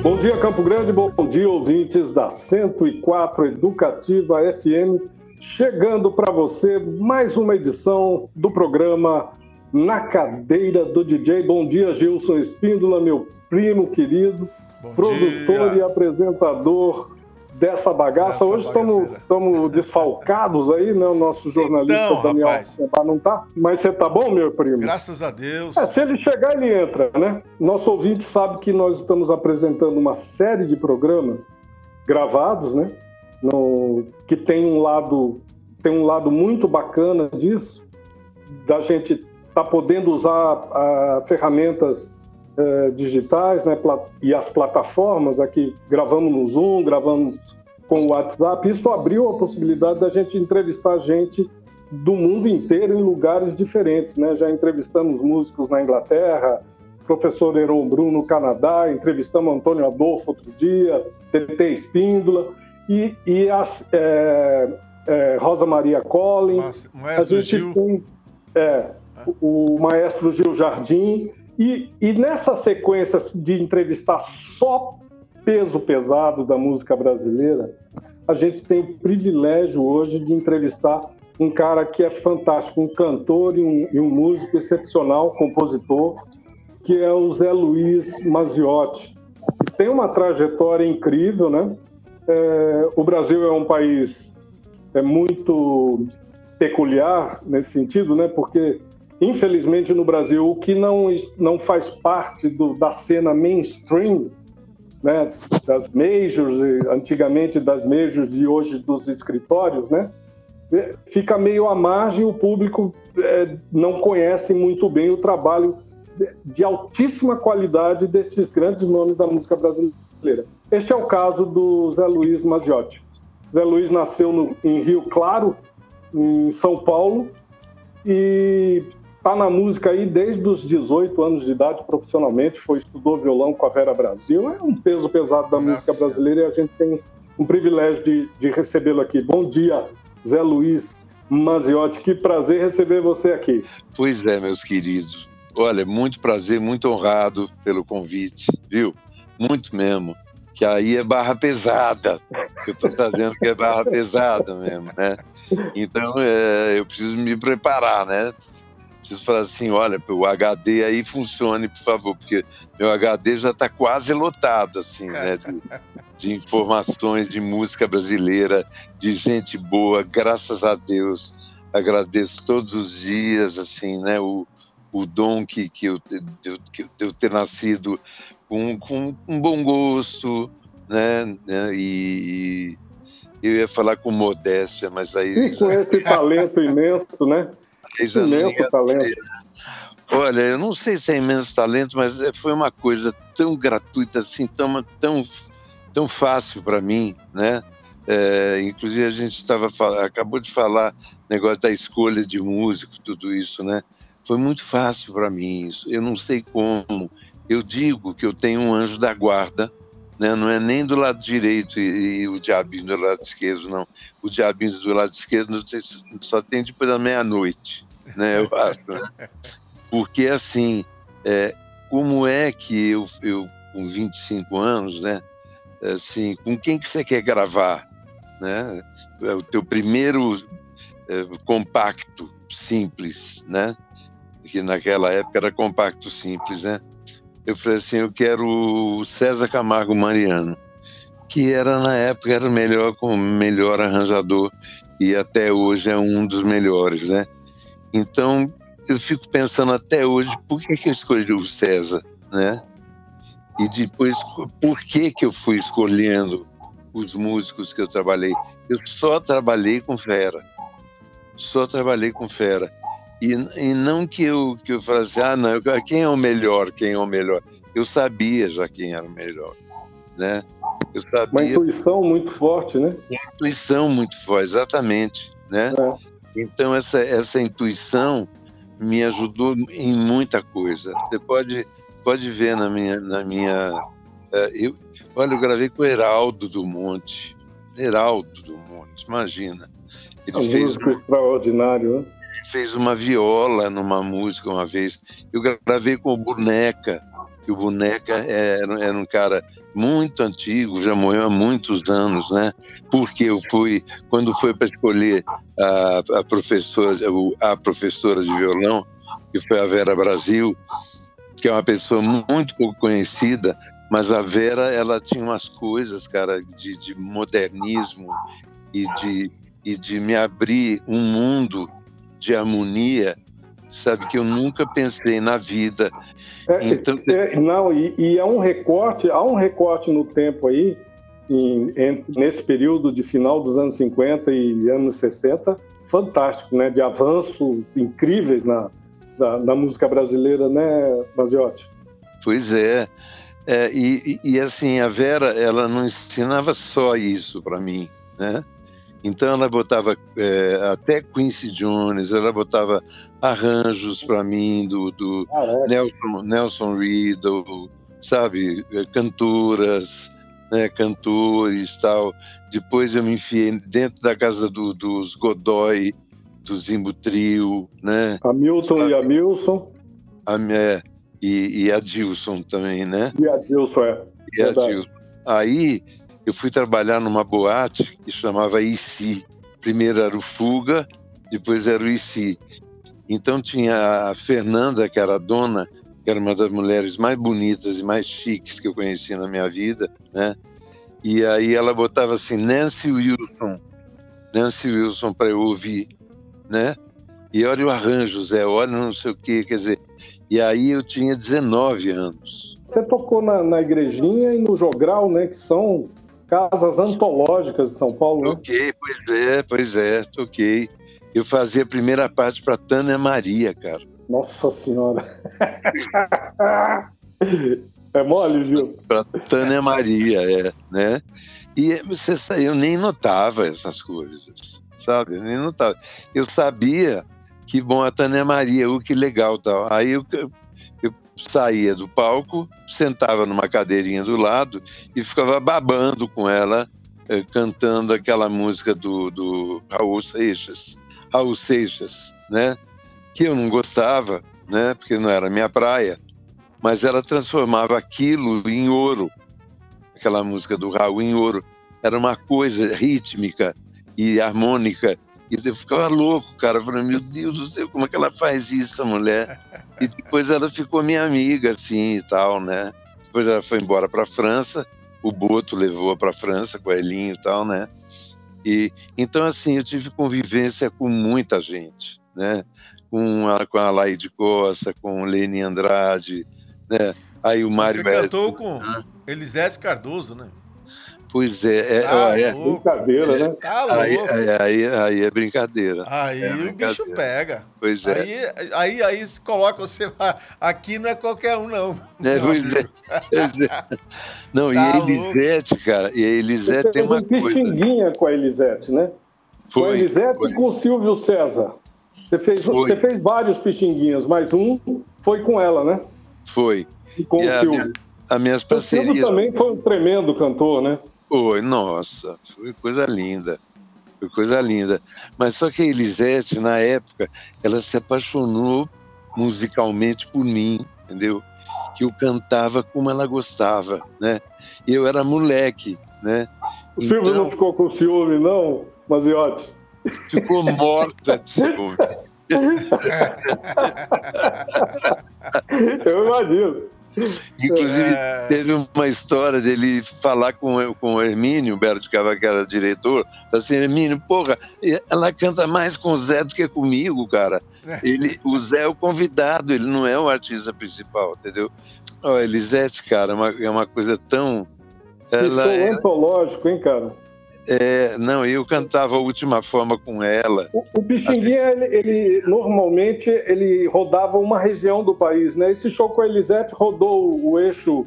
Bom dia, Campo Grande, bom dia, ouvintes da 104 Educativa FM. Chegando para você mais uma edição do programa Na Cadeira do DJ. Bom dia, Gilson Espíndola, meu primo querido, bom produtor dia. E apresentador dessa bagaça. Hoje estamos desfalcados aí, né? O nosso jornalista então, Daniel rapaz, não tá. Mas você tá bom, meu primo? Graças a Deus. Se ele chegar, ele entra, né? Nosso ouvinte sabe que nós estamos apresentando uma série de programas gravados, né? Que tem um lado muito bacana disso, da gente tá podendo usar ferramentas digitais, né? E as plataformas aqui, gravamos no Zoom, gravamos com o WhatsApp. Isso abriu a possibilidade da gente entrevistar gente do mundo inteiro em lugares diferentes, né? Já entrevistamos músicos na Inglaterra, professor Heron Brum no Canadá, entrevistamos Antônio Adolfo outro dia, TT Espíndola e Rosa Maria Collins. Maestro Gil. Tem o maestro Gil Jardim. E nessa sequência de entrevistar só peso pesado da música brasileira, a gente tem o privilégio hoje de entrevistar um cara que é fantástico, um cantor e um músico excepcional, compositor, que é o Zé Luiz Maziotti. Tem uma trajetória incrível, né? O Brasil é um país muito peculiar nesse sentido, né? Porque, infelizmente, no Brasil, o que não faz parte da cena mainstream, né? Das majors, antigamente das majors e hoje dos escritórios, né? Fica meio à margem, o público não conhece muito bem o trabalho de altíssima qualidade desses grandes nomes da música brasileira. Este é o caso do Zé Luiz Maziotti. Zé Luiz nasceu em Rio Claro, em São Paulo, e está na música aí desde os 18 anos de idade, profissionalmente. Estudou violão com a Vera Brasil. É um peso pesado da música brasileira e a gente tem um privilégio de recebê-lo aqui. Bom dia, Zé Luiz Maziotti, que prazer receber você aqui. Pois é, meus queridos. Olha, muito prazer, muito honrado pelo convite, viu? Muito mesmo. Que aí é barra pesada. Eu estou sabendo que é barra pesada mesmo, né? Então, eu preciso me preparar, né? Preciso falar assim, olha, o HD aí funcione, por favor, porque meu HD já está quase lotado, assim, né? De informações de música brasileira, de gente boa, graças a Deus. Agradeço todos os dias, assim, né? O dom que eu ter nascido com um bom gosto, né? E eu ia falar com modéstia, mas aí... E com esse talento imenso, né? Imenso talento. Olha, eu não sei se é imenso talento, mas foi uma coisa tão gratuita, assim, tão fácil para mim, né? Inclusive a gente acabou de falar negócio da escolha de músico, tudo isso, né? Foi muito fácil para mim isso. Eu não sei como. Eu digo que eu tenho um anjo da guarda, né? Não é nem do lado direito e o diabinho do lado esquerdo, não. O diabinho do lado esquerdo só tem depois da meia-noite, né? Eu acho. Né? Porque assim, como é que eu com 25 anos, né? Assim, com quem que você quer gravar, né? O teu primeiro compacto simples, né? Que naquela época era compacto simples, né? Eu falei assim, eu quero o César Camargo Mariano, que na época era o melhor arranjador e até hoje é um dos melhores, né? Então, eu fico pensando até hoje, por que eu escolhi o César, né? E depois, por que eu fui escolhendo os músicos que eu trabalhei? Eu só trabalhei com fera. Só trabalhei com fera. E não que eu falasse, não, quem é o melhor? Eu sabia já quem era o melhor, né? Eu sabia. Uma intuição muito forte, né? Uma intuição muito forte, exatamente, né? Então, essa intuição me ajudou em muita coisa. Você pode ver na minha eu gravei com o Heraldo do Monte, imagina. Ele fez extraordinário, né? Fez uma viola numa música uma vez. Eu gravei com o Boneca, que o Boneca era um cara muito antigo, já morreu há muitos anos, né? Porque quando foi para escolher a professora de violão, que foi a Vera Brasil, que é uma pessoa muito pouco conhecida, mas a Vera, ela tinha umas coisas, cara, de modernismo e de me abrir um mundo de harmonia, sabe, que eu nunca pensei na vida. Então... há um recorte no tempo aí, nesse período de final dos anos 50 e anos 60, fantástico, né, de avanços incríveis na música brasileira, né, Maziotti? Pois é. E assim, a Vera, ela não ensinava só isso para mim, né? Então ela botava até Quincy Jones, ela botava arranjos para mim do Nelson Riddle, sabe, cantoras, né, cantores, tal. Depois eu me enfiei dentro da casa dos Godoy, do Zimbo Trio, né? Hamilton, sabe? E a Milson. E a Dilson também, né? E a Dilson, E a Dilson. Aí eu fui trabalhar numa boate que chamava IC. Primeiro era o Fuga, depois era o IC. Então tinha a Fernanda, que era a dona, que era uma das mulheres mais bonitas e mais chiques que eu conheci na minha vida, né? E aí ela botava assim, Nancy Wilson para eu ouvir, né? E olha o arranjo, Zé, olha não sei o quê, quer dizer... E aí eu tinha 19 anos. Você tocou na Igrejinha e no Jogral, né? Que são casas antológicas de São Paulo, né? Toquei, pois é, toquei. Eu fazia a primeira parte para Tânia Maria, cara. Nossa Senhora! É mole, Gil? Para Tânia Maria, né? E eu nem notava essas coisas, sabe? Eu nem notava. Eu sabia que bom a Tânia Maria, que legal tal. Aí eu saía do palco, sentava numa cadeirinha do lado e ficava babando com ela, cantando aquela música do Raul Seixas, né? Que eu não gostava, né? Porque não era minha praia, mas ela transformava aquilo em ouro, aquela música do Raul em ouro. Era uma coisa rítmica e harmônica. E eu ficava louco, cara. Eu falei, meu Deus do céu, como é que ela faz isso, a mulher? E depois ela ficou minha amiga, assim, e tal, né? Depois ela foi embora para a França, o Boto levou para a França com a Elinho e tal, né? E, então, assim, eu tive convivência com muita gente, né? Com a Laide Costa, com o Leni Andrade, né? Aí o Mário... Você cantou com Elisete Cardoso, né? Pois é. Brincadeira, né? Tá louco. Aí é brincadeira. Aí o bicho pega. Pois é. Aí se coloca você... Aqui não é qualquer um, não. Pois é. Não, tá, e a Elisete, cara, e a Elisete tem uma coisa... Você fez pixinguinha com a Elisete, né? Com a Elisete e com o Silvio César. Você fez vários pixinguinhas, mas um foi com ela, né? Foi. E com o Silvio. As minhas parcerias... O Silvio também foi um tremendo cantor, né? Foi, nossa, foi coisa linda. Foi coisa linda. Mas só que a Elisete, na época, ela se apaixonou musicalmente por mim, entendeu? Que eu cantava como ela gostava, né? E eu era moleque, né? O Silvio não ficou com ciúme, não, Maziotti? Ficou morta de ciúme. Eu imagino. Inclusive, teve uma história dele falar com o Hermínio Belo de Cavalho, que era diretor, assim, Hermínio, porra, ela canta mais com o Zé do que comigo, cara. O Zé é o convidado, ele não é o artista principal, entendeu? Elisete, cara, é uma coisa tão... Ela é antológico, hein, cara? Não, eu cantava a Última Forma com ela. O Pixinguinha, ele normalmente ele rodava uma região do país, né? Esse show com a Elisete rodou o eixo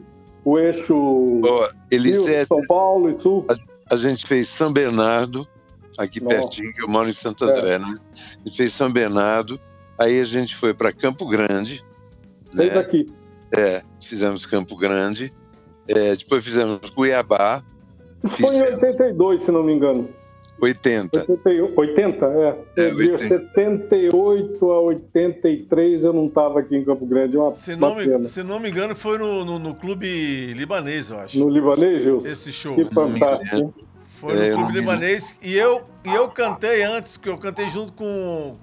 Elisete, São Paulo e Sul. A gente fez São Bernardo, aqui pertinho, que eu moro em Santo André, né? A gente fez São Bernardo, aí a gente foi para Campo Grande. Fez né? Aqui. Fizemos Campo Grande, depois fizemos Cuiabá. Isso foi em 82, se não me engano. 80. 80, é. De 78 a 83 eu não estava aqui em Campo Grande. Se não me engano, foi no Clube Libanês, eu acho. No Libanês, Gilson? Esse show. Que fantástico. Foi no Clube Libanês. E eu cantei antes, que eu cantei junto com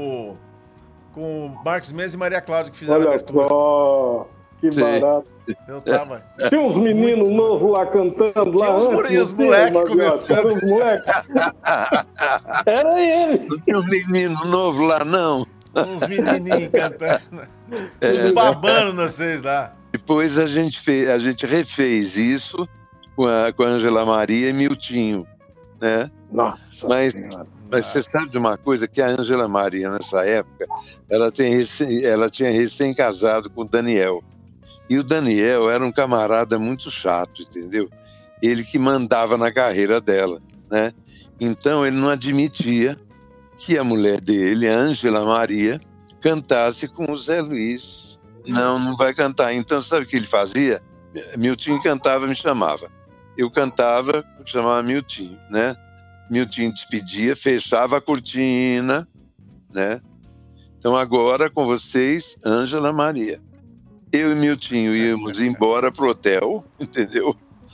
o Marcos Mendes e Maria Cláudia, que fizeram a abertura. Olha só, que barato. Eu tava. Tinha uns meninos novos lá cantando. Tinha lá os moleques começando. Eram os moleques. Era ele. Não tinha um menino novo lá, não. Uns menininhos cantando. Tudo babando vocês lá. Depois a gente refez isso com a Ângela Maria e Miltinho, né? Nossa. Mas você sabe de uma coisa, que a Ângela Maria, nessa época, ela tinha recém-casado com o Daniel. E o Daniel era um camarada muito chato, entendeu? Ele que mandava na carreira dela, né? Então ele não admitia que a mulher dele, a Ângela Maria, cantasse com o Zé Luiz. Não vai cantar. Então sabe o que ele fazia? Miltinho cantava, me chamava. Eu cantava, chamava Miltinho, né? Miltinho despedia, fechava a cortina, né? Então agora com vocês, Ângela Maria. Eu e Miltinho íamos embora pro hotel, entendeu?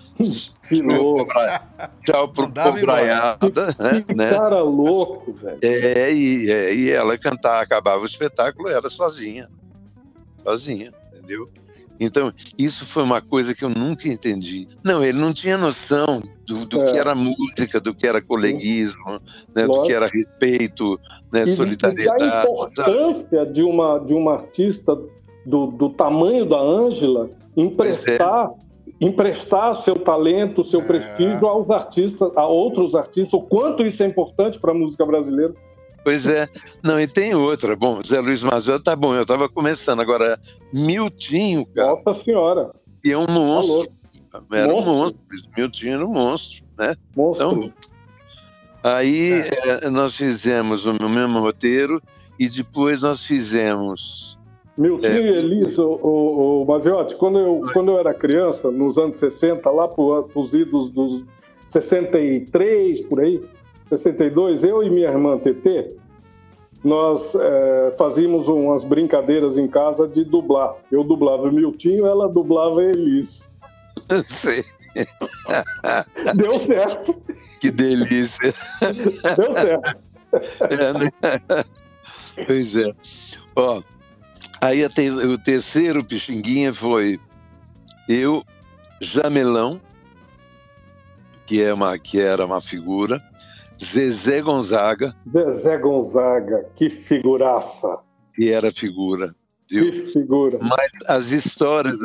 Tchau pro Braiada, né? Cara louco, velho. E ela cantava, acabava o espetáculo, era sozinha, entendeu? Então, isso foi uma coisa que eu nunca entendi. Não, ele não tinha noção do que era música, do que era coleguismo, né, do que era respeito, né, solidariedade. E a importância de uma artista do tamanho da Ângela emprestar seu talento, seu prestígio a outros artistas, o quanto isso é importante para a música brasileira. Pois é. Não, e tem outra. Bom, Zé Luiz Mazzola, tá bom, eu estava começando. Agora, Miltinho, cara. Nossa Senhora. E é um monstro. Era um monstro. Miltinho era um monstro, né? Monstro. Então, aí nós fizemos o mesmo roteiro e depois nós fizemos... Miltinho e Elis, o Maziotti, quando eu era criança, nos anos 60, lá para os idos dos 63, por aí, 62, eu e minha irmã Tetê, nós fazíamos umas brincadeiras em casa de dublar. Eu dublava Miltinho, ela dublava Elis. Sei. Deu certo. Que delícia. Deu certo. Né? Pois é. Ó, aí o terceiro Pixinguinha foi eu, Jamelão, que era uma figura, Zezé Gonzaga, que figuraça. Que era figura, viu? Que figura. Mas as histórias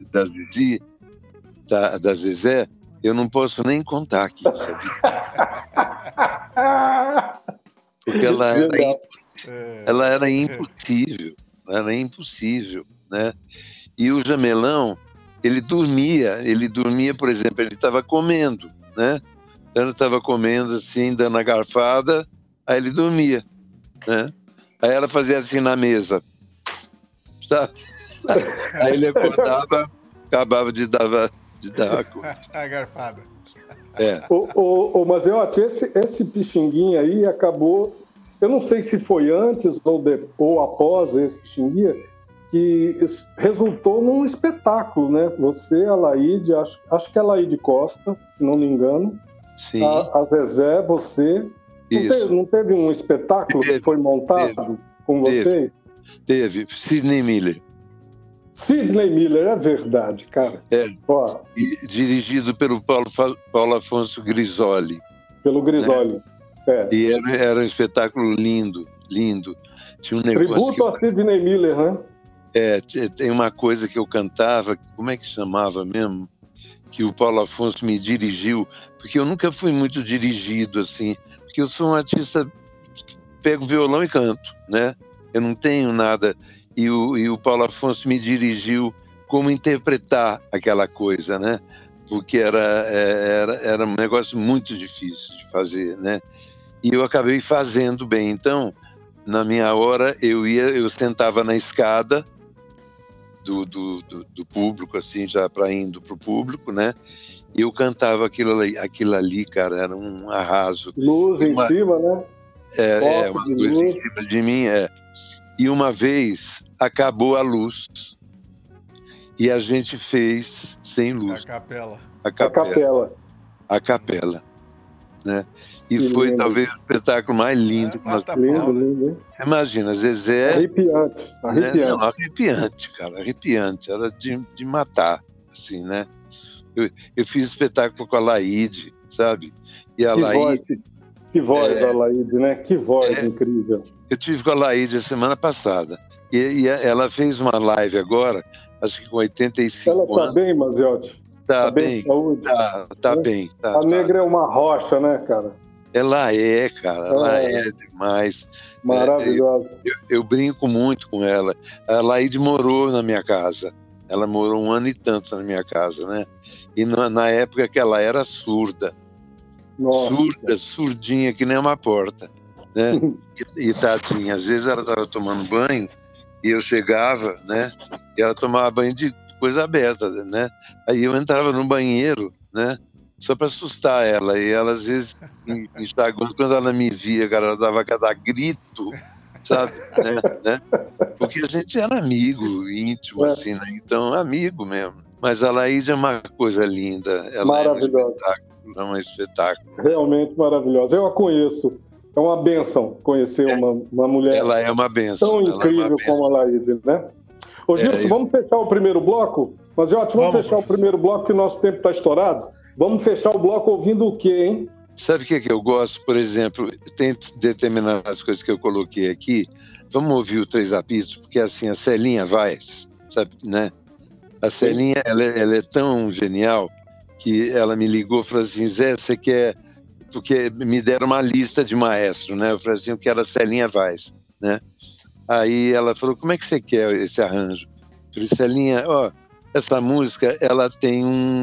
da Zezé, eu não posso nem contar aqui, sabe? Porque ela era impossível, né? E o Jamelão, ele dormia, por exemplo, ele estava comendo, né? Então ele estava comendo assim, dando a garfada, aí ele dormia, né? Aí ela fazia assim na mesa, sabe? Aí ele acordava, acabava de dar a garfada. Ô Maziotti, esse Pixinguinha aí acabou, eu não sei se foi antes ou após esse Pixinguinha, que resultou num espetáculo, né? Você, a Laíde, acho que é a Laíde Costa, se não me engano. Sim. A Zezé, você. Não teve um espetáculo que foi montado com você? Teve. Sidney Miller. Sidney Miller, é verdade, cara. Ó, dirigido pelo Paulo Afonso Grisoli. Pelo Grisoli. Né? E era um espetáculo lindo. Tinha um negócio tributo a Sidney Miller, né? Tem uma coisa que eu cantava, como é que chamava mesmo? Que o Paulo Afonso me dirigiu, porque eu nunca fui muito dirigido, assim, porque eu sou um artista que pego violão e canto, né? Eu não tenho nada, e o Paulo Afonso me dirigiu como interpretar aquela coisa, né? Porque era um negócio muito difícil de fazer, né? E eu acabei fazendo bem. Então, na minha hora, eu sentava na escada do público, assim, já para indo para o público, né? eu cantava aquilo ali, cara, era um arraso. Luz em cima, né? Uma luz em cima de mim, E uma vez acabou a luz e a gente fez sem luz. A capela, né? E que foi lindo. Talvez o espetáculo mais lindo que nós lindo. Imagina, Zezé... Arrepiante. Né? Não, arrepiante, cara, arrepiante. Era de matar, assim, né? Eu fiz espetáculo com a Laíde, sabe? E a Laíde... Que voz da Laíde, né? Que voz incrível. Eu tive com a Laíde a semana passada. E ela fez uma live agora, acho que com 85 anos. Ela tá bem, Maziotti? Tá bem, tá bem. A negra é uma rocha, né, cara? Ela é, cara, ela é demais. Maravilhosa. Eu brinco muito com ela. A Laíde morou na minha casa. Ela morou 1 ano e tanto na minha casa, né? E na época que ela era surda. Nossa. Surdinha, que nem uma porta, né? e tadinha, às vezes ela estava tomando banho e eu chegava, né? E ela tomava banho de coisa aberta, né? Aí eu entrava no banheiro, né? Só para assustar ela. E ela, às vezes, enxaguando, quando ela me via, cara, ela dava cada grito, sabe? né? Porque a gente era amigo, íntimo, assim, né? Então, amigo mesmo. Mas a Laís é uma coisa linda. Ela maravilhosa. É um espetáculo. Realmente maravilhosa. Eu a conheço. É uma bênção conhecer uma mulher. Ela é uma bênção. Tão incrível como a Laís, né? Ô, Gilson, vamos fechar o primeiro bloco? Mas, vamos fechar professor. O primeiro bloco, que o nosso tempo está estourado. Vamos fechar o bloco ouvindo o quê, hein? Sabe o que eu gosto? Por exemplo, tem determinadas coisas que eu coloquei aqui. Vamos ouvir o Três Apitos, porque assim, a Celinha Vaz, sabe, né? A Celinha, ela é tão genial que ela me ligou e falou assim: Zé, você quer... Porque me deram uma lista de maestro, né? Eu falei assim, eu quero a Celinha Vaz, né? Aí ela falou, como é que você quer esse arranjo? Eu falei, Celinha, essa música, ela tem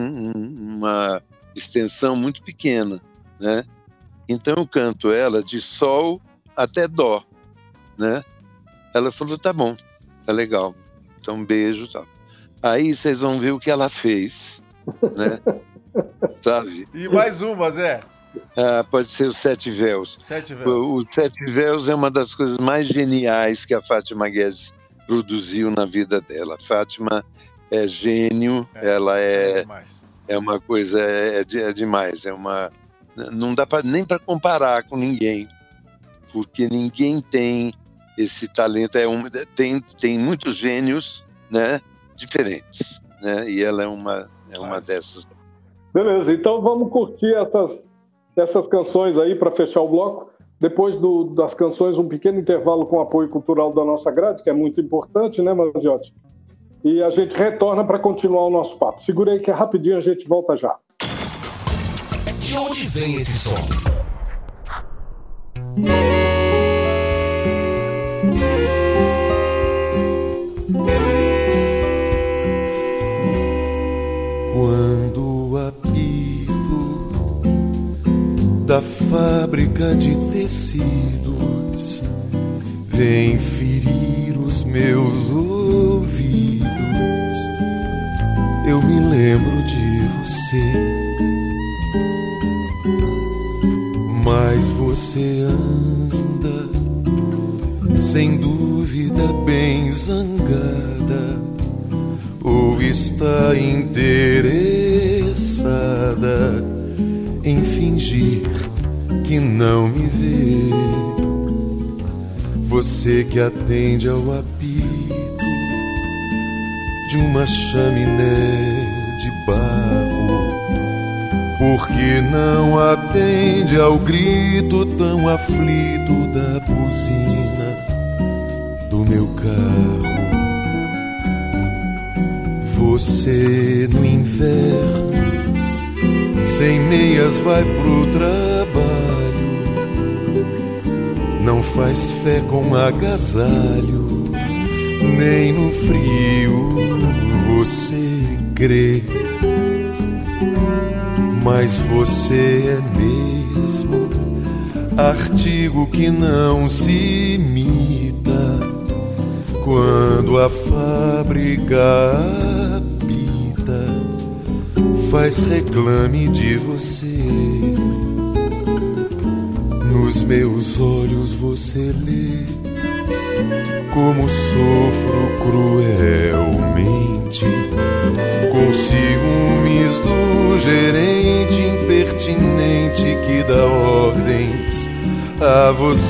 uma extensão muito pequena, né? Então eu canto ela de sol até dó, né? Ela falou, tá bom, tá legal. Então um beijo e tal. Aí vocês vão ver o que ela fez, né? Sabe? E mais uma, Zé. Pode ser os Sete Véus. Os Sete Véus é uma das coisas mais geniais que a Fátima Guedes produziu na vida dela. Fátima é gênio, ela é uma coisa, é demais. Não dá nem para comparar com ninguém, porque ninguém tem esse talento. Tem muitos gênios, né, diferentes, né? E ela é uma dessas. Beleza, então vamos curtir essas canções aí para fechar o bloco. Depois das canções, um pequeno intervalo com apoio cultural da nossa grade, que é muito importante, né, Maziotti? E a gente retorna para continuar o nosso papo. Segura aí que é rapidinho, a gente volta já. De onde vem esse som? Quando o apito da fábrica de tecidos vem ferir os meus ouvidos, eu me lembro de você. Mas você anda, sem dúvida, bem zangada, ou está interessada em fingir que não me vê. Você que atende ao apito de uma chaminé de barro, porque não atende ao grito tão aflito da buzina do meu carro. Você no inverno, sem meias, vai pro trabalho, não faz fé com agasalho, nem no frio você crê. Mas você é mesmo artigo que não se imita quando a fábrica apita, faz reclame de você. Nos meus olhos você lê como sofro cruelmente, com ciúmes do gerente impertinente que dá ordens a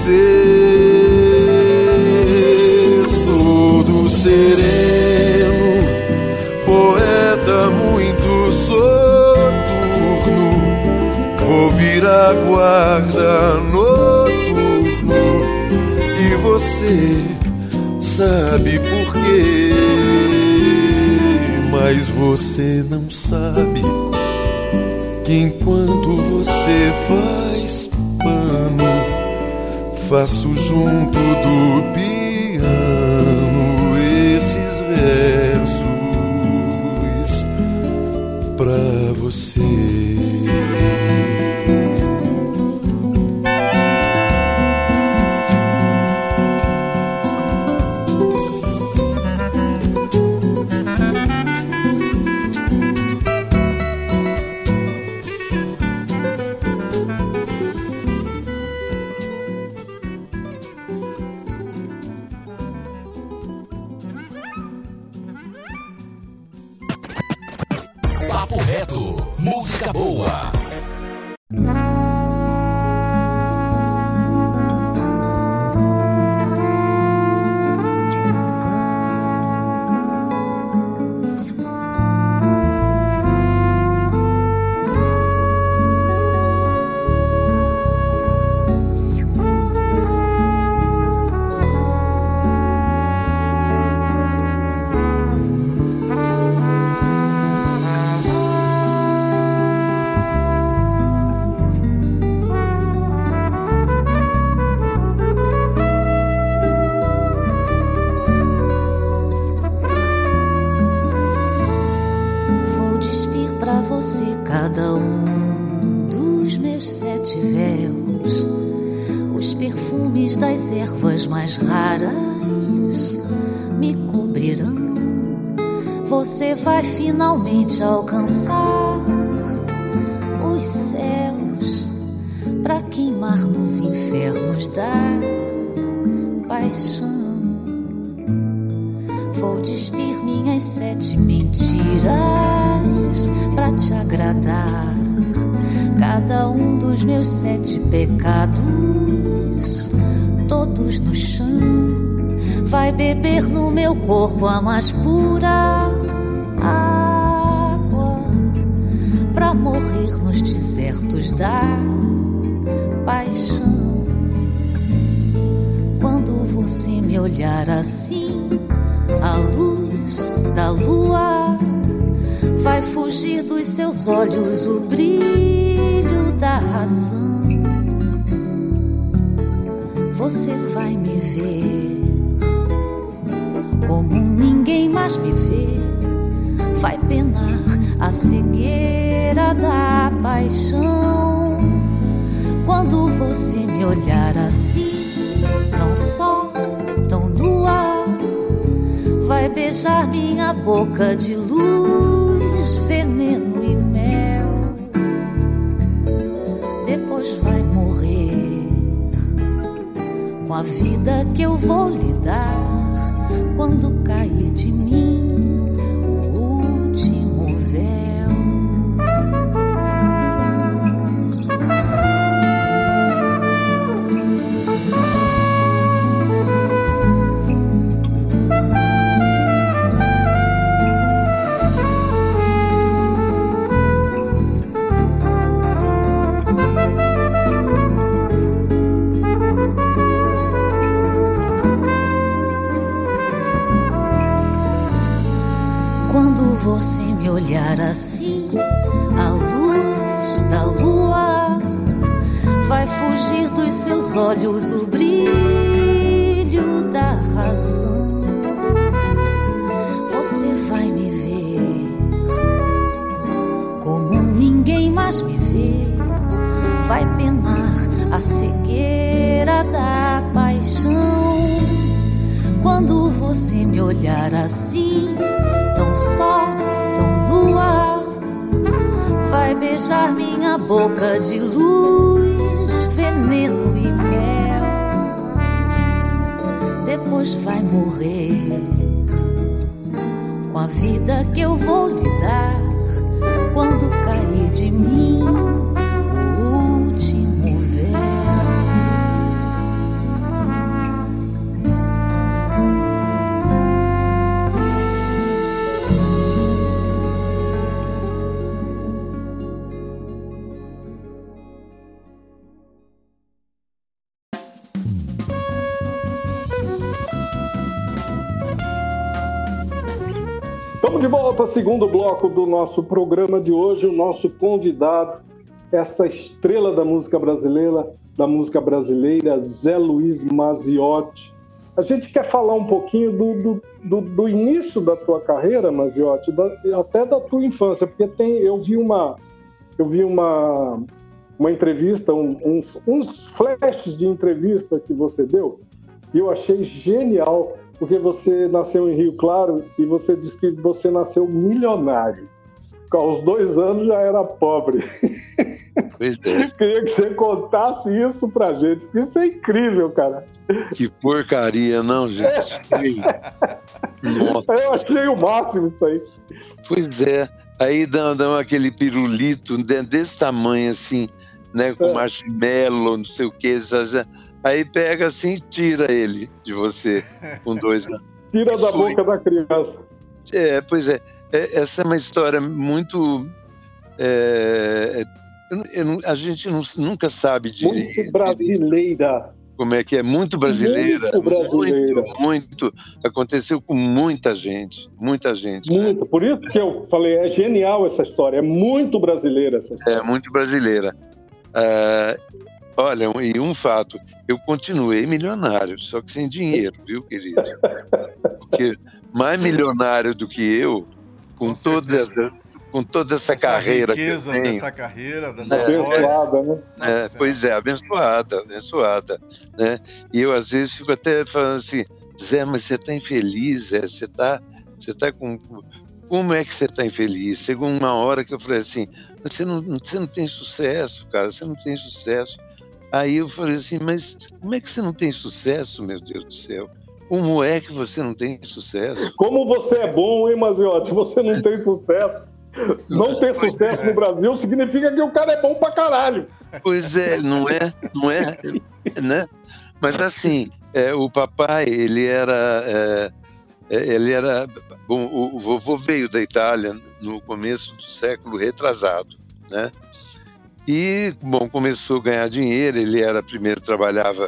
você. Sou do sereno, poeta muito soturno, vou vir a guarda noturno, e você sabe por quê, mas você não sabe que enquanto você faz pano, faço junto do piano esses versos pra você. Papo Reto, música boa. Você vai finalmente alcançar os céus pra queimar nos infernos da paixão. Vou despir minhas 7 mentiras pra te agradar. Cada um dos meus 7 pecados, todos no chão. Vai beber no meu corpo a mais pura água pra morrer nos desertos da paixão. Quando você me olhar assim, a luz da lua vai fugir dos seus olhos, o brilho da razão. Você vai me ver como ninguém mais me vê, vai penar a cegueira da paixão. Quando você me olhar assim, tão só, tão nua, vai beijar minha boca de luz, veneno e mel. Depois vai morrer com a vida que eu vou lhe dar quando cair de mim o último véu. Você me olhar assim, a luz da lua vai fugir dos seus olhos, o brilho da razão. Você vai me ver como ninguém mais me vê, vai penar a cegueira da paixão. Quando você me olhar assim, tão só, tão nua, boca de luz, veneno e mel. Depois vai morrer com a vida que eu vou lhe dar quando cair de mim o último véu. Estamos de volta, segundo bloco do nosso programa de hoje. O nosso convidado, esta estrela da música brasileira, Zé Luiz Maziotti. A gente quer falar um pouquinho do início da tua carreira, Maziotti, até da tua infância, porque eu vi uma entrevista, uns flashes de entrevista que você deu, e eu achei genial. Porque você nasceu em Rio Claro e você disse que você nasceu milionário. Aos 2 anos já era pobre. Pois é. Queria que você contasse isso pra gente, porque isso é incrível, cara. Que porcaria, não, gente? Nossa. Eu achei o máximo isso aí. Pois é. Aí dão aquele pirulito desse tamanho, assim, né? Com marshmallow, não sei o que. Aí pega assim e tira ele de você com 2 anos. Tira da boca da criança. Pois é. Essa é uma história muito... a gente nunca sabe direito. Muito brasileira. Como é que é? Muito brasileira. Muito brasileira. Muito. Aconteceu com muita gente. Muita gente. Muito. Né? Por isso que eu falei, é genial essa história. É muito brasileira essa história. É muito brasileira. Olha, e um fato, eu continuei milionário, só que sem dinheiro, viu, querido? Porque mais milionário do que eu, com toda essa carreira riqueza que eu tenho, dessa carreira, dessa abençoada, né? Pois é, abençoada, né? E eu às vezes fico até falando assim, Zé, mas você está infeliz, Zé? Você tá com... Como é que você está infeliz? Chegou uma hora que eu falei assim, você não tem sucesso, cara, você não tem sucesso. Aí eu falei assim, mas como é que você não tem sucesso, meu Deus do céu? Como é que você não tem sucesso? Como você é bom, hein, Maziotti? Você não tem sucesso. Não ter sucesso no Brasil significa que o cara é bom pra caralho. Pois é, não é, né? Mas assim, o papai, ele era bom, o vovô veio da Itália no começo do século retrasado, né? E, bom, começou a ganhar dinheiro, ele primeiro trabalhava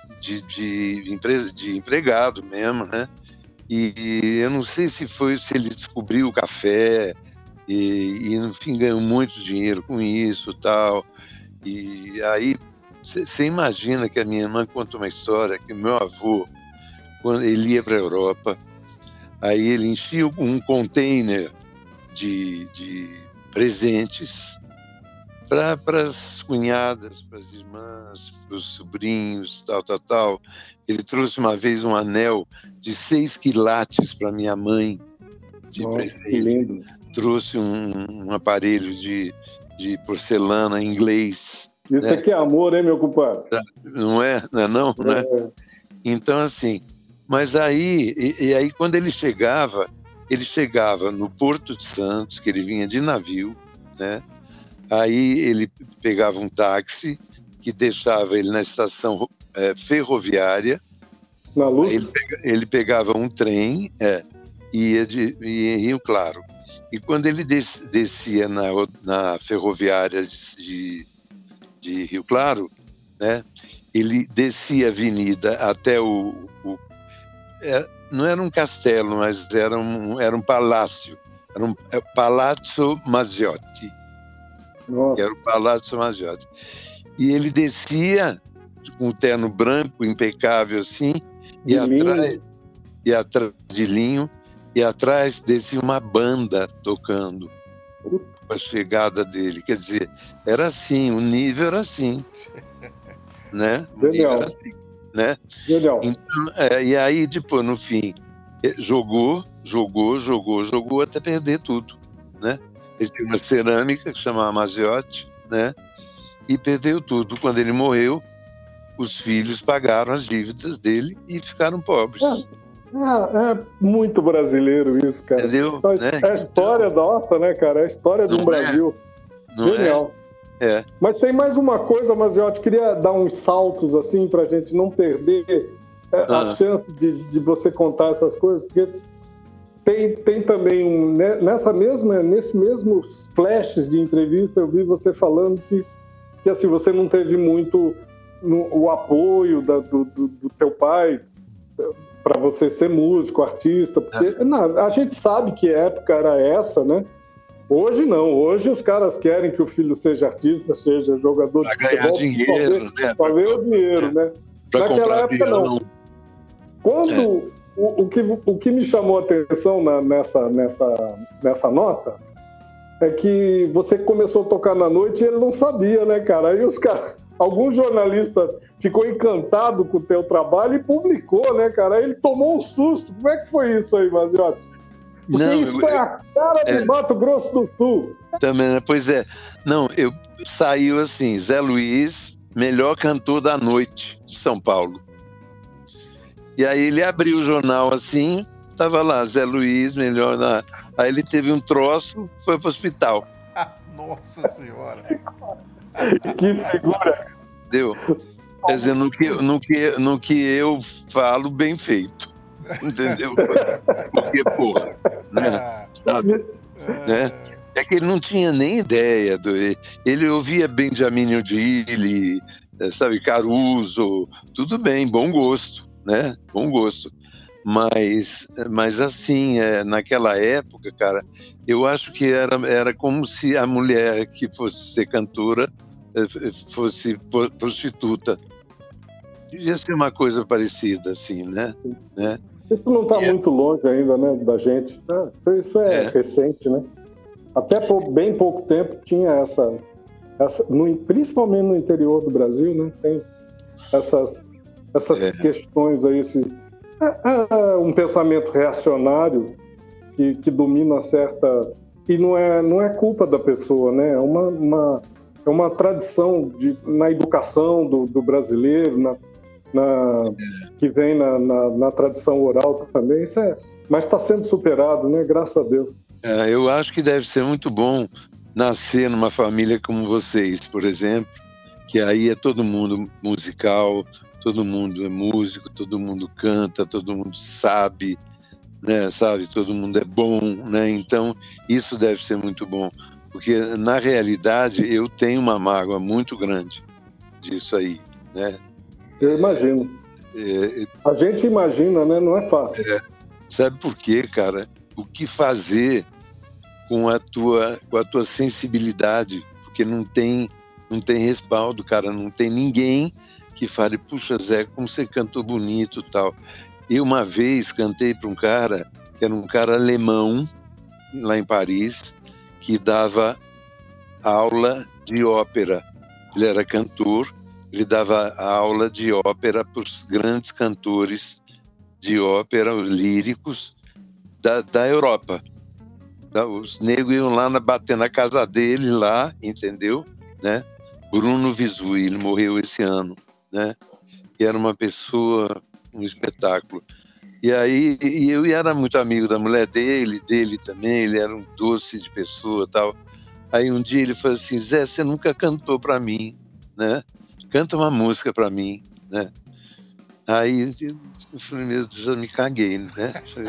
de empregado mesmo, né? E eu não sei se ele descobriu o café e no fim ganhou muito dinheiro com isso e tal. E aí, você imagina que a minha irmã conta uma história que o meu avô, quando ele ia para a Europa, aí ele enchia um container de presentes para as cunhadas, para as irmãs, para os sobrinhos, tal. Ele trouxe uma vez um anel de 6 quilates para minha mãe de presente. Que lindo. Trouxe um aparelho de porcelana inglês. Isso aqui é amor, hein, meu compadre? Não é? Não é? Então, assim, mas aí quando ele chegava no Porto de Santos, que ele vinha de navio, né? Aí ele pegava um táxi que deixava ele na estação ferroviária. Na Luz? Ele pegava um trem e ia em Rio Claro. E quando ele descia na ferroviária de Rio Claro, né, ele descia a avenida até não era um castelo, mas era um palácio. Era um Palazzo Maziotti. Nossa. Que era o Palazzo Maziotti. E ele descia com o terno branco, impecável assim, e atrás de linho, e atrás descia uma banda tocando a chegada dele. Quer dizer, era assim, o nível era assim. Né? O nível era assim, né? Genial. Então, e aí, depois, no fim, jogou até perder tudo, né? Ele tinha uma cerâmica que chamava Maziotti, né? e perdeu tudo. Quando ele morreu, os filhos pagaram as dívidas dele e ficaram pobres. É muito brasileiro isso, cara. Entendeu? É a história nossa, né, cara? É a história do Brasil. Não Genial. É. Mas tem mais uma coisa, Maziotti, queria dar uns saltos assim pra gente não perder a chance de você contar essas coisas, porque tem também nesse mesmo flashes de entrevista eu vi você falando que assim, você não teve muito o apoio do teu pai para você ser músico, artista, porque a gente sabe que época era essa, né? Hoje não, hoje os caras querem que o filho seja artista, seja jogador de futebol. Ganhar dinheiro, né? Para ver o dinheiro, né? Naquela época não. Quando o que me chamou a atenção nessa nota é que você começou a tocar na noite e ele não sabia, né, cara? Aí algum jornalista ficou encantado com o teu trabalho e publicou, né, cara? Aí ele tomou um susto. Como é que foi isso aí, Maziotti? Porque isso é a cara de Mato Grosso do Sul. Também, né? Pois é. Não, saiu assim, Zé Luiz, melhor cantor da noite de São Paulo. E aí ele abriu o jornal assim, tava lá, Zé Luiz, melhor da... Aí ele teve um troço, foi pro hospital. Nossa Senhora! Que figura! Deu? Quer dizer, no que eu falo, bem feito. Entendeu? Porque, porra, né? Sabe? Né? É que ele não tinha nem ideia. Ele ouvia Benjamin Odile, sabe, Caruso, tudo bem, bom gosto, né? Bom gosto. Mas assim, naquela época, cara, eu acho que era como se a mulher que fosse ser cantora fosse prostituta. Devia ser uma coisa parecida, assim, né? Isso não está muito longe ainda, né, da gente. Isso é recente, né? Até por bem pouco tempo tinha principalmente no interior do Brasil, né? Tem essas questões aí, um pensamento reacionário que domina certa... E não é culpa da pessoa, né? É uma tradição na educação do brasileiro, que vem na tradição oral também. Mas está sendo superado, né? Graças a Deus. Eu acho que deve ser muito bom nascer numa família como vocês, por exemplo, que aí é todo mundo musical, todo mundo é músico, todo mundo canta, todo mundo sabe, né? Sabe? Todo mundo é bom, né? Então, isso deve ser muito bom, porque na realidade eu tenho uma mágoa muito grande disso aí, né? Eu imagino. A gente imagina, né? Não é fácil. Sabe por quê, cara? O que fazer com a tua sensibilidade? Porque não tem respaldo, cara. Não tem ninguém que fale, puxa, Zé, como você cantou bonito e tal. Eu uma vez cantei para um cara, que era um cara alemão, lá em Paris, que dava aula de ópera. Ele era cantor, ele dava aula de ópera para os grandes cantores de ópera, os líricos da Europa. Os negros iam lá bater na casa dele, lá, entendeu? Né? Bruno Visui, ele morreu esse ano, né? E era uma pessoa, um espetáculo. E aí eu era muito amigo da mulher dele também, ele era um doce de pessoa e tal. Aí um dia ele falou assim, Zé, você nunca cantou para mim, né? Canta uma música para mim, né? Aí eu falei, meu Deus, eu me caguei, né?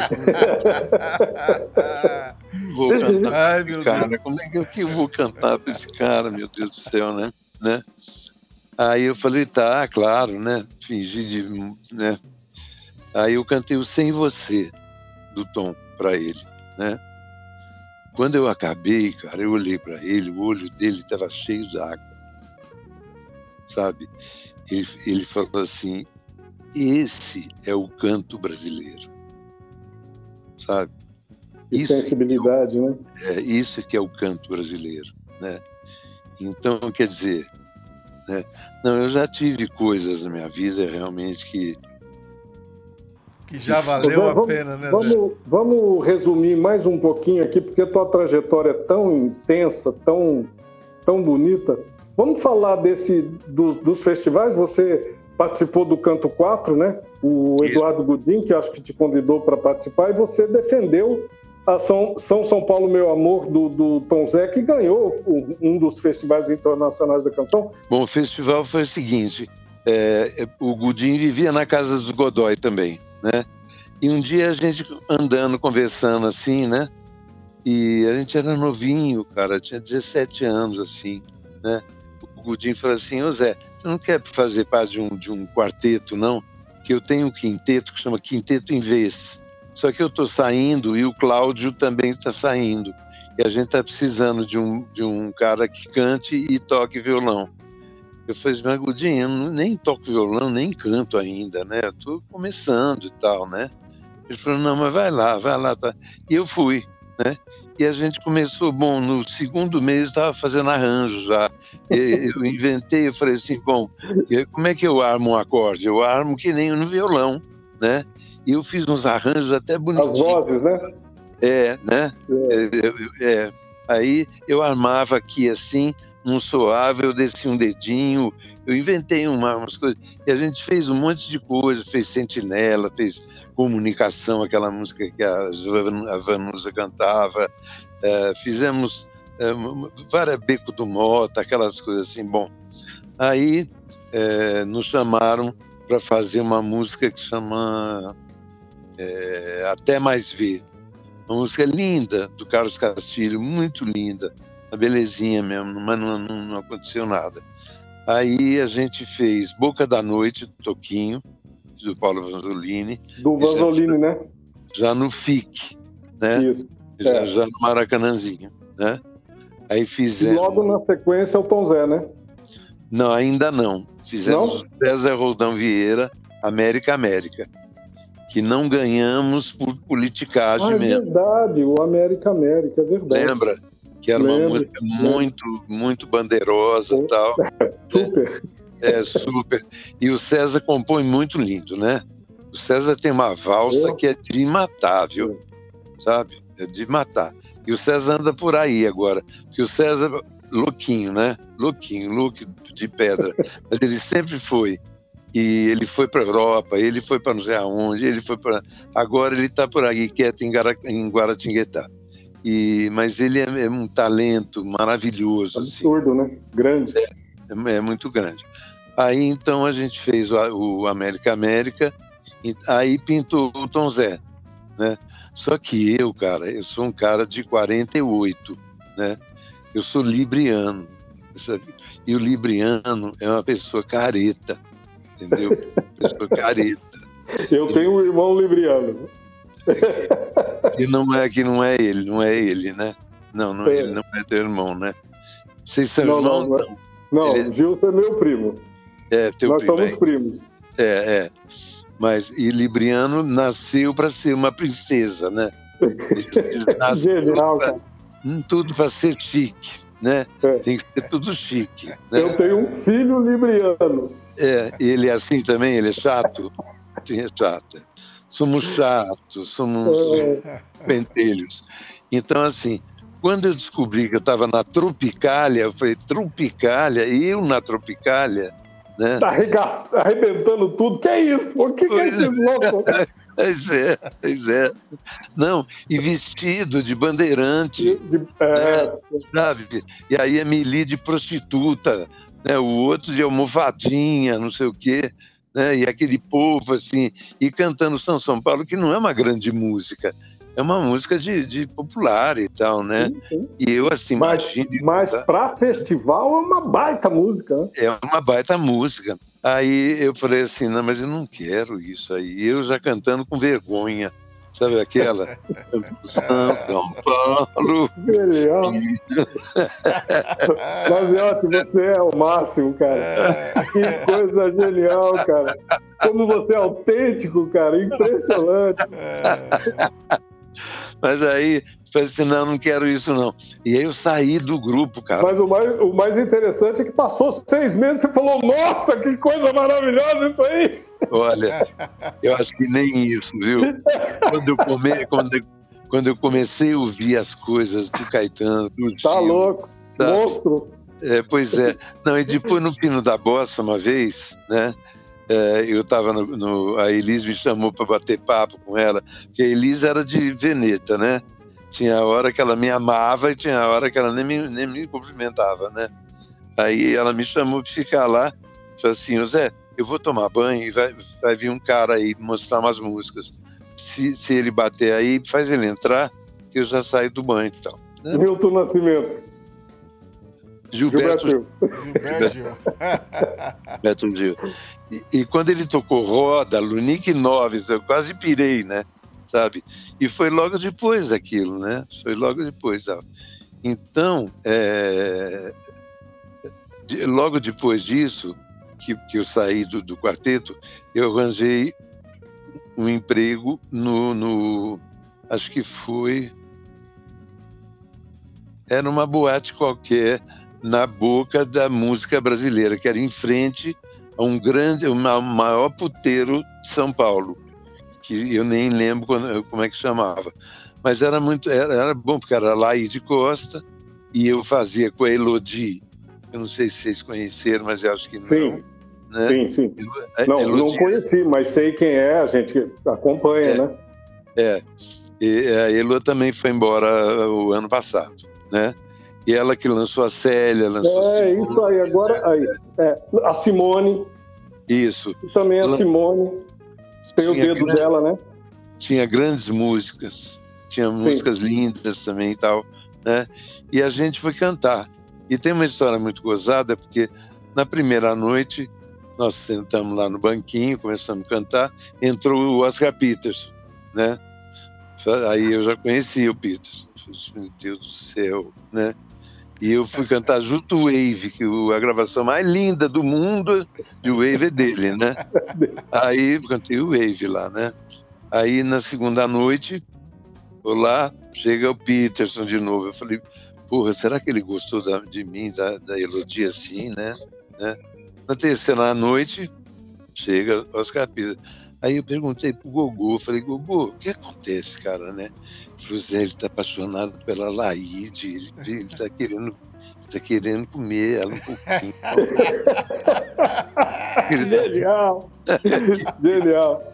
Vou cantar para esse cara, como é que eu vou cantar para esse cara, meu Deus do céu, né? Aí eu falei, tá, claro, né? Fingi né? Aí eu cantei o Sem Você, do Tom, para ele, né? Quando eu acabei, cara, eu olhei para ele, o olho dele estava cheio d'água, sabe? Ele falou assim, esse é o canto brasileiro, sabe? Que sensibilidade, né? Isso que é o canto brasileiro, né? Então, quer dizer, né? Não, eu já tive coisas na minha vida realmente que já valeu a pena, né, Zé? Vamos resumir mais um pouquinho aqui, porque a tua trajetória é tão intensa, tão bonita. Vamos falar dos festivais. Você participou do Canto 4, né? O Eduardo Gudim, que acho que te convidou para participar, e você defendeu a São Paulo, Meu Amor, do Tom Zé, que ganhou um dos festivais internacionais da canção. Bom, o festival foi o seguinte, o Gudim vivia na casa dos Godoy também, né? E um dia a gente andando, conversando assim, né? E a gente era novinho, cara, tinha 17 anos, assim, né? O Gudim falou assim, ô Zé, você não quer fazer parte de um quarteto, não? Que eu tenho um quinteto que chama Quinteto em Vez. Só que eu estou saindo e o Cláudio também está saindo. E a gente está precisando de um cara que cante e toque violão. Eu falei, mas Gudim, eu nem toco violão, nem canto ainda, né? Eu estou começando e tal, né? Ele falou, não, mas vai lá, tá. E eu fui, né? E a gente começou, bom, no segundo mês estava fazendo arranjo já. Eu inventei, eu falei assim, bom, como é que eu armo um acorde? Eu armo que nem no violão, né? E eu fiz uns arranjos até bonitinhos. As vozes, né? Né? Aí eu armava aqui assim, não soava, eu descia um dedinho, eu inventei umas coisas. E a gente fez um monte de coisa, fez Sentinela, fez Comunicação, aquela música que a Vanusa cantava, fizemos várias Beco do Mota, aquelas coisas assim. Bom, aí nos chamaram para fazer uma música que chama Até Mais Ver. Uma música linda, do Carlos Castilho, muito linda, uma belezinha mesmo, mas não aconteceu nada. Aí a gente fez Boca da Noite, Toquinho, do Paulo Vanzolini. Do Vanzolini, né? Já no FIC, né? Isso. Já no Maracanãzinho, né? Aí fizemos... E logo na sequência o Tom Zé, né? Não, ainda não. Fizemos o César Roldão Vieira, América, que não ganhamos por politicagem mesmo. É verdade, o América, é verdade. Lembra? Que era uma música muito bandeirosa e tal. Super. Super. E o César compõe muito lindo, né? O César tem uma valsa que é de matar, viu? Sabe? É de matar. E o César anda por aí agora. Porque o César, louquinho, né? Louco de pedra. Mas ele sempre foi. E ele foi para a Europa, ele foi para não sei aonde, agora ele está por aí, quieto em Guaratinguetá. Mas ele é um talento maravilhoso. Absurdo, assim. Né? Grande. É muito grande. Aí, então, a gente fez o América, e aí pintou o Tom Zé, né? Só que eu sou um cara de 48, né? Eu sou libriano, sabe? E o libriano é uma pessoa careta, entendeu? Pessoa careta. Eu tenho um irmão libriano. E não é ele, né? Não, ele não é teu irmão, né? Vocês são irmãos? Não, Gilson é meu primo. Teu Nós primo. Nós somos primos. Mas Libriano nasceu para ser uma princesa, né? Eles Genial, cara. Tudo para ser chique, né? Tem que ser tudo chique. Né? Eu tenho um filho libriano. Ele é assim também? Ele é chato? Sim, é chato. Somos chatos, somos pentelhos. Então, assim, quando eu descobri que eu estava na Tropicália, eu falei, Tropicália? Eu na Tropicália? Né? Tá arrebentando tudo. Que é isso? Por que é esse louco? Pois é. Não, e vestido de bandeirante, sabe? E aí a Mili de prostituta, né? O outro de almofadinha, não sei o quê, né? E aquele povo assim, e cantando São Paulo, que não é uma grande música, é uma música de popular e tal, né? Sim. E eu assim, mas para festival é uma baita música, né? É uma baita música. Aí eu falei assim, não, mas eu não quero isso aí. Eu já cantando com vergonha, sabe aquela? São Paulo. Genial. Maziotti, você é o máximo, cara. Que coisa genial, cara. Como você é autêntico, cara. Impressionante. Mas aí, falei assim, não quero isso não. E aí eu saí do grupo, cara. Mas o mais interessante é que passou 6 meses e você falou, nossa, que coisa maravilhosa isso aí. Olha, eu acho que nem isso, viu? Quando eu comecei a ouvir as coisas do Caetano, do Tá Gil, louco, sabe? monstro. Pois é. Não, e depois no Pino da Bossa, uma vez, né? Eu estava a Elis me chamou para bater papo com ela, porque a Elis era de Veneta, né? Tinha a hora que ela me amava e tinha a hora que ela nem me cumprimentava, né? Aí ela me chamou para ficar lá, falou assim: Zé, eu vou tomar banho e vai vir um cara aí mostrar umas músicas. Se ele bater aí, faz ele entrar, que eu já saio do banho e tal. Né? Milton Nascimento. Gilberto Gil. E quando ele tocou Roda, Lunique Noves, eu quase pirei, né? Sabe? E foi logo depois daquilo, né? Foi logo depois. Sabe? Então, logo depois disso, que eu saí do quarteto, eu arranjei um emprego acho que era uma boate qualquer na boca da música brasileira, que era em frente a o maior puteiro de São Paulo, que eu nem lembro como é que chamava. Mas era bom, porque era Laíde Costa, e eu fazia com a Elodie. Eu não sei se vocês conheceram, mas eu acho que não. Sim, né? sim. Não conheci, mas sei quem é, a gente acompanha, né? E a Elo também foi embora o ano passado, né? E ela que lançou a Célia, lançou a Simone. Isso aí, agora a Simone. Isso. E também a Simone. Tem o dedo dela, né? Tinha grandes músicas, tinha músicas lindas também e tal, né? E a gente foi cantar. E tem uma história muito gozada, porque na primeira noite nós sentamos lá no banquinho, começamos a cantar, entrou o Oscar Peterson, né? Aí eu já conhecia o Peterson. Meu Deus do céu, né? E eu fui cantar justo o Wave, que a gravação mais linda do mundo de Wave é dele, né? Aí cantei o Wave lá, né? Aí na segunda noite, lá, chega o Peterson de novo. Eu falei, porra, será que ele gostou de mim, da Elodie assim, né? Na terceira noite, chega Oscar Peterson. Aí eu perguntei pro Gogô, falei, Gogô, o que acontece, cara, né? Ele falou, Zé, ele tá apaixonado pela Laíde, ele tá querendo comer ela um pouquinho. Genial! Genial!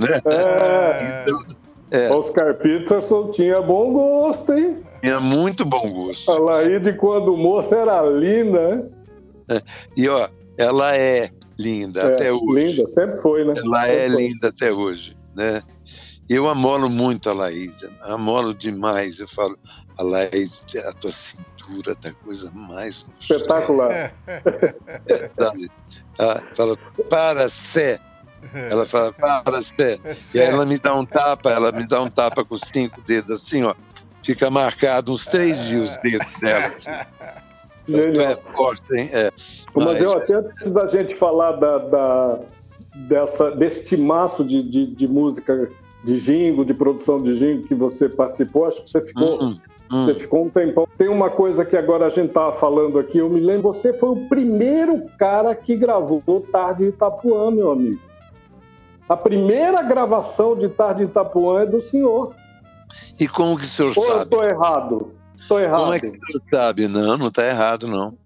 Né? Oscar Peterson tinha bom gosto, hein? Tinha muito bom gosto. A Laíde, quando moça, era linda, né? E, ó, ela é linda até hoje. Linda, sempre foi, né? Ela é linda até hoje, né? Eu amolo muito a Laíde, amolo demais. Eu falo, a Laíde, a tua cintura tá coisa mais espetacular. Sabe? Ela fala, para Sé. Ela fala, para Sé. E aí ela me dá um tapa com 5 dedos, assim, ó. Fica marcado uns 3 dias os dedos dela, assim. Tu é forte, hein? Mas eu até antes da gente falar desse timaço de música, de jingle, de produção de jingle que você participou, acho que você ficou um tempão. Tem uma coisa que agora a gente estava falando aqui, eu me lembro, você foi o primeiro cara que gravou Tarde em Itapuã, meu amigo. A primeira gravação de Tarde em Itapuã é do senhor. E como que o senhor sabe? Ou eu estou errado? Como é que o senhor sabe? Não está errado, não.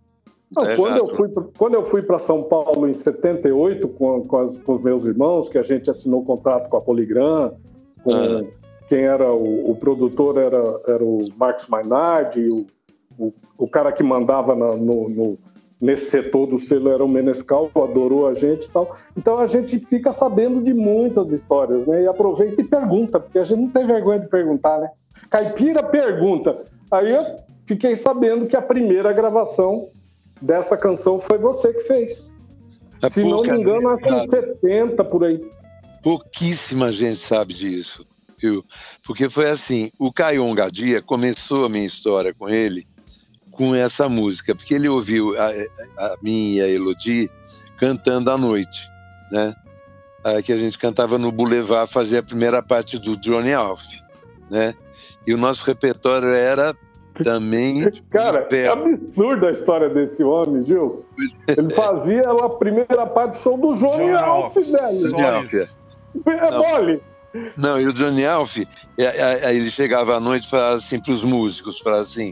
Quando eu fui para São Paulo em 78 com os meus irmãos, que a gente assinou contrato com a Polygram, quem era o produtor era o Marcos Mainardi, o cara que mandava nesse setor do selo era o Menescal, adorou a gente e tal. Então a gente fica sabendo de muitas histórias, né? E aproveita e pergunta, porque a gente não tem vergonha de perguntar, né? Caipira pergunta. Aí eu fiquei sabendo que a primeira gravação dessa canção foi você que fez. Se não me engano, acho que em 70, por aí. Pouquíssima gente sabe disso, viu? Porque foi assim, o Caio Gadia começou a minha história com ele com essa música, porque ele ouviu a minha e a Elodie cantando à noite, né? Que a gente cantava no Boulevard, fazia a primeira parte do Johnny Alf, né? E o nosso repertório era também... Cara, é absurda a história desse homem, Gilson. Ele fazia a primeira parte do show do Johnny Alf, velho. É mole. Não, e o Johnny Alf, aí ele chegava à noite e falava assim para os músicos, falava assim,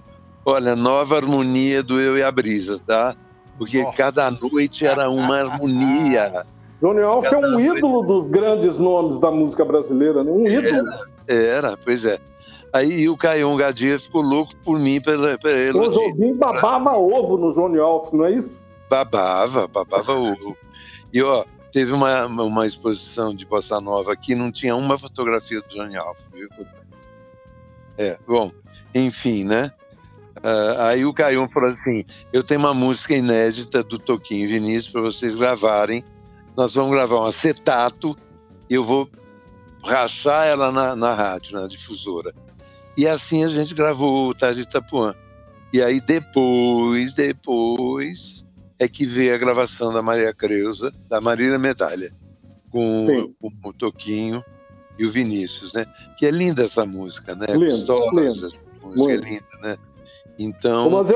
Olha, nova harmonia do Eu e a Brisa, tá? Porque cada noite era uma harmonia. Johnny Alf é um ídolo dos grandes nomes da música brasileira, né? Um ídolo. Pois é. Aí o Caião Gadia ficou louco por mim, pela O Jobim babava ovo no Johnny Alf, não é isso? Babava ovo. E, ó, teve uma exposição de Bossa Nova aqui, não tinha uma fotografia do Johnny Alf, viu? Bom, enfim, né? Aí o Caião falou assim, eu tenho uma música inédita do Toquinho e Vinícius para vocês gravarem. Nós vamos gravar um acetato e eu vou rachar ela na rádio, na difusora. E assim a gente gravou o Tarde de Itapuã. E aí depois é que veio a gravação da Maria Creuza, da Marília Medalha, com o Toquinho e o Vinícius, né? Que é linda essa música, né? Gostosa, essa música é linda, né? Então, mas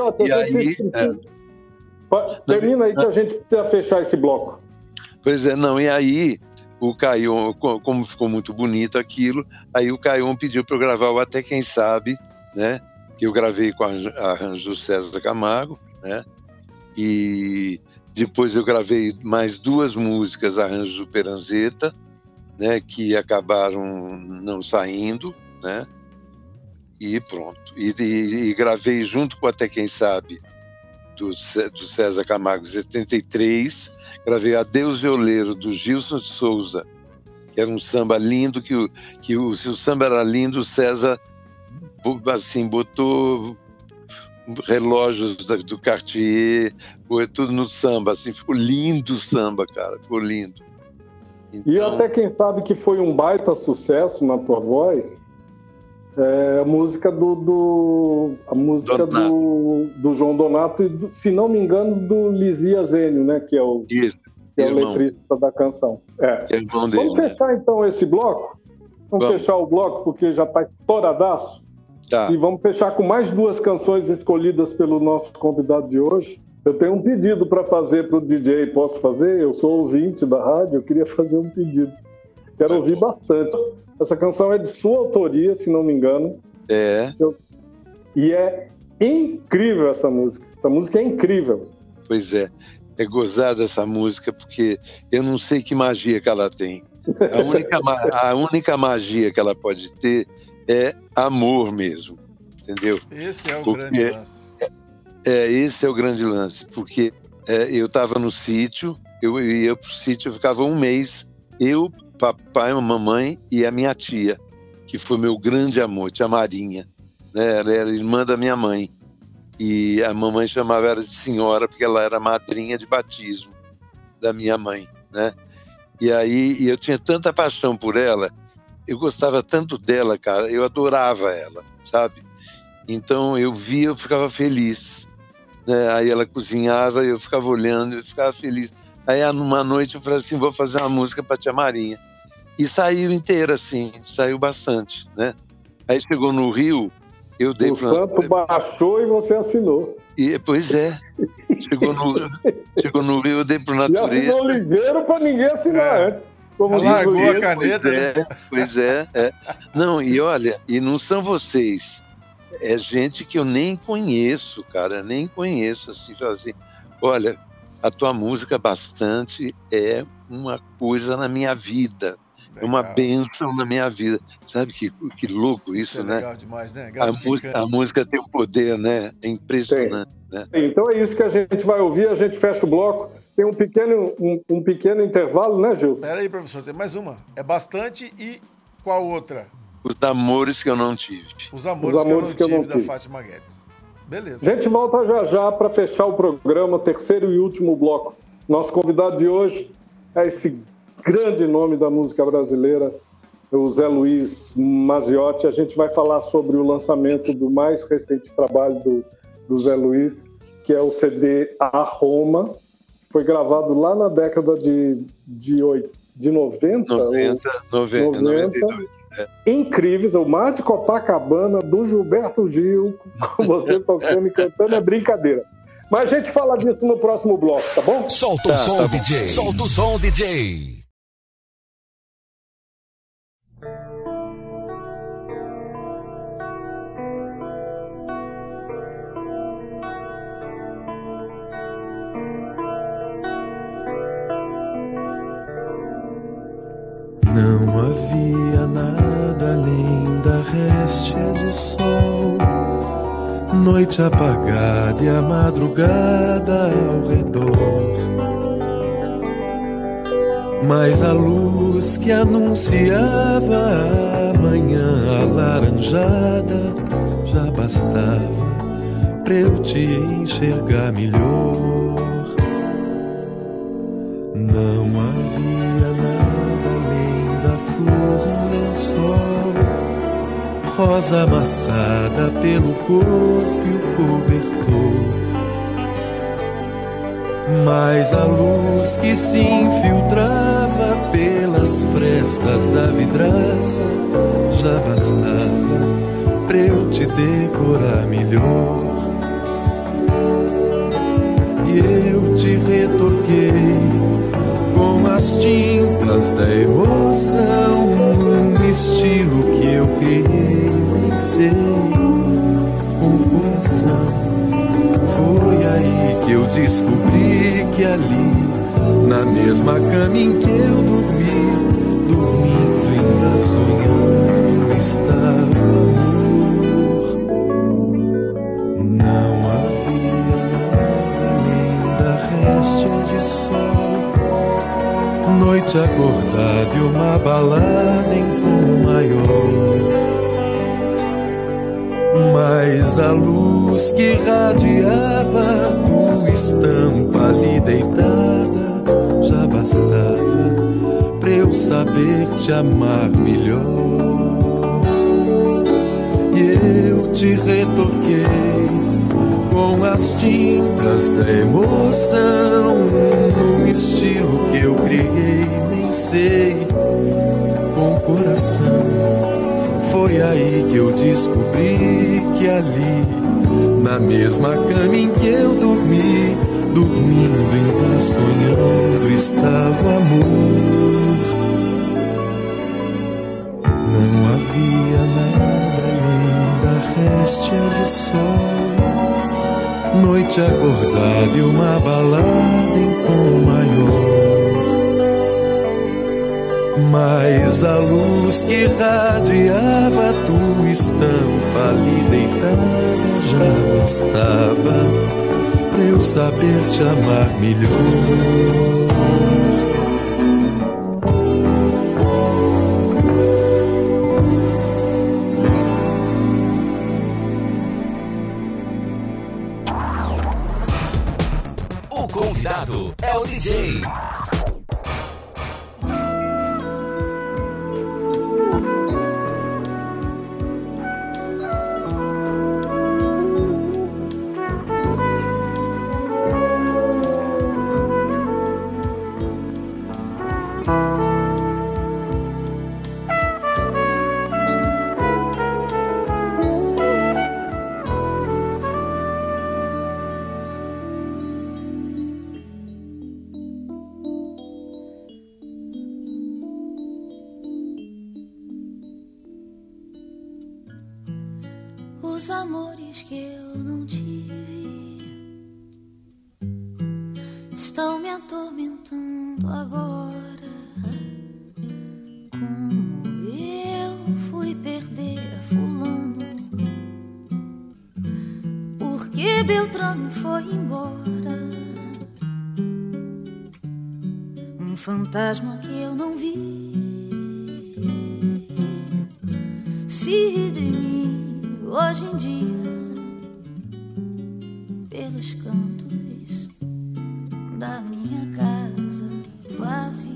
termina aí que a gente precisa fechar esse bloco. Pois é, não, e aí o Caião, como ficou muito bonito aquilo, aí o Caião pediu para eu gravar o Até Quem Sabe, né? Que eu gravei com arranjo do César Camargo, né? E depois eu gravei mais 2 músicas, arranjos do Peranzeta, né? Que acabaram não saindo, né? E pronto. E gravei junto com Até Quem Sabe, do César Camargo, 73, gravei Adeus Violeiro, do Gilson de Souza, que era um samba lindo, se o samba era lindo, o César assim, botou relógios do Cartier, tudo no samba, assim, ficou lindo o samba, cara, ficou lindo. Então, e Até Quem Sabe que foi um baita sucesso na tua voz, a música do João Donato e, se não me engano, do Lizia Zênio, né? Que é o letrista da canção. Vamos fechar então esse bloco? Vamos fechar o bloco porque já está estouradaço. Tá. E vamos fechar com mais 2 canções escolhidas pelo nosso convidado de hoje. Eu tenho um pedido para fazer para o DJ. Posso fazer? Eu sou ouvinte da rádio, eu queria fazer um pedido. Quero ouvir bastante. Essa canção é de sua autoria, se não me engano. E é incrível essa música. Essa música é incrível. Pois é. É gozada essa música, porque eu não sei que magia que ela tem. A única magia que ela pode ter é amor mesmo. Entendeu? Esse é o grande lance. Esse é o grande lance. Porque eu estava no sítio, eu ia para o sítio, eu ficava um mês, eu, papai, a mamãe e a minha tia, que foi meu grande amor, tia Marinha, né? Ela era irmã da minha mãe e a mamãe chamava ela de senhora porque ela era madrinha de batismo da minha mãe, né? E aí eu tinha tanta paixão por ela, eu gostava tanto dela, cara, eu adorava ela, sabe? Então eu via, eu ficava feliz, né? Aí ela cozinhava, eu ficava olhando, eu ficava feliz. Aí numa noite eu falei assim, vou fazer uma música para tia Marinha. E saiu inteira, assim, saiu bastante, né? Aí chegou no Rio, eu dei... O santo baixou e você assinou. Pois é. Chegou no Rio, eu dei pro Natureza. E assinou ligeiro para ninguém assinar antes. Como largou a caneta, Pois é. Não, e olha, e não são vocês. É gente que eu nem conheço, cara, nem conheço, assim, olha, a tua música bastante é uma coisa na minha vida. É uma bênção na minha vida. Sabe que louco isso, né? Legal demais, né? A música tem um poder, né? É impressionante. Né? Então é isso que a gente vai ouvir, a gente fecha o bloco. Tem um pequeno intervalo, né, Gilson? Espera aí, professor, tem mais uma. É bastante e qual outra? Os Amores que eu não tive. Os Amores que eu não tive, da Fátima Guedes. Beleza. A gente volta já para fechar o programa, terceiro e último bloco. Nosso convidado de hoje é esse grande nome da música brasileira, o Zé Luiz Maziotti. A gente vai falar sobre o lançamento do mais recente trabalho do Zé Luiz, que é o CD A Roma. Foi gravado lá na década de 90. 92. Incríveis, o Mar de Copacabana, do Gilberto Gil, com você tocando e cantando, é brincadeira. Mas a gente fala disso no próximo bloco, tá bom? Solta o som, DJ. Solta o som, DJ. de sol, noite apagada e a madrugada ao redor. Mas a luz que anunciava a manhã alaranjada já bastava pra eu te enxergar melhor. Não havia nada além da flor no lençol, rosa amassada pelo corpo e o cobertor. Mas a luz que se infiltrava pelas frestas da vidraça já bastava pra eu te decorar melhor. E eu te retoquei com as tintas da emoção, num estilo que eu criei, nem sei, com o coração. Foi aí que eu descobri que ali, na mesma cama em que eu dormi, dormindo ainda sonhando, estava o amor. Não havia nada além da réstia de sol, noite acordada e uma balada em tom maior. Mas a luz que radiava tua estampa ali deitada já bastava pra eu saber te amar melhor. E eu te retoquei com as tintas da emoção, num estilo que eu criei, nem sei, com o coração. Foi aí que eu descobri que ali, na mesma cama em que eu dormi, dormindo ainda sonhando, estava o amor. Não havia nada além da réstia de sol, noite acordada e uma balada em tom maior. Mas a luz que radiava tua estampa ali deitada já bastava pra eu saber te amar melhor. O convidado é o DJ. Os amores que eu não tive estão me atormentando agora. Como eu fui perder fulano, porque Beltrano foi embora. Um fantasma que eu não vi se ri de mim hoje em dia pelos cantos da minha casa vazia.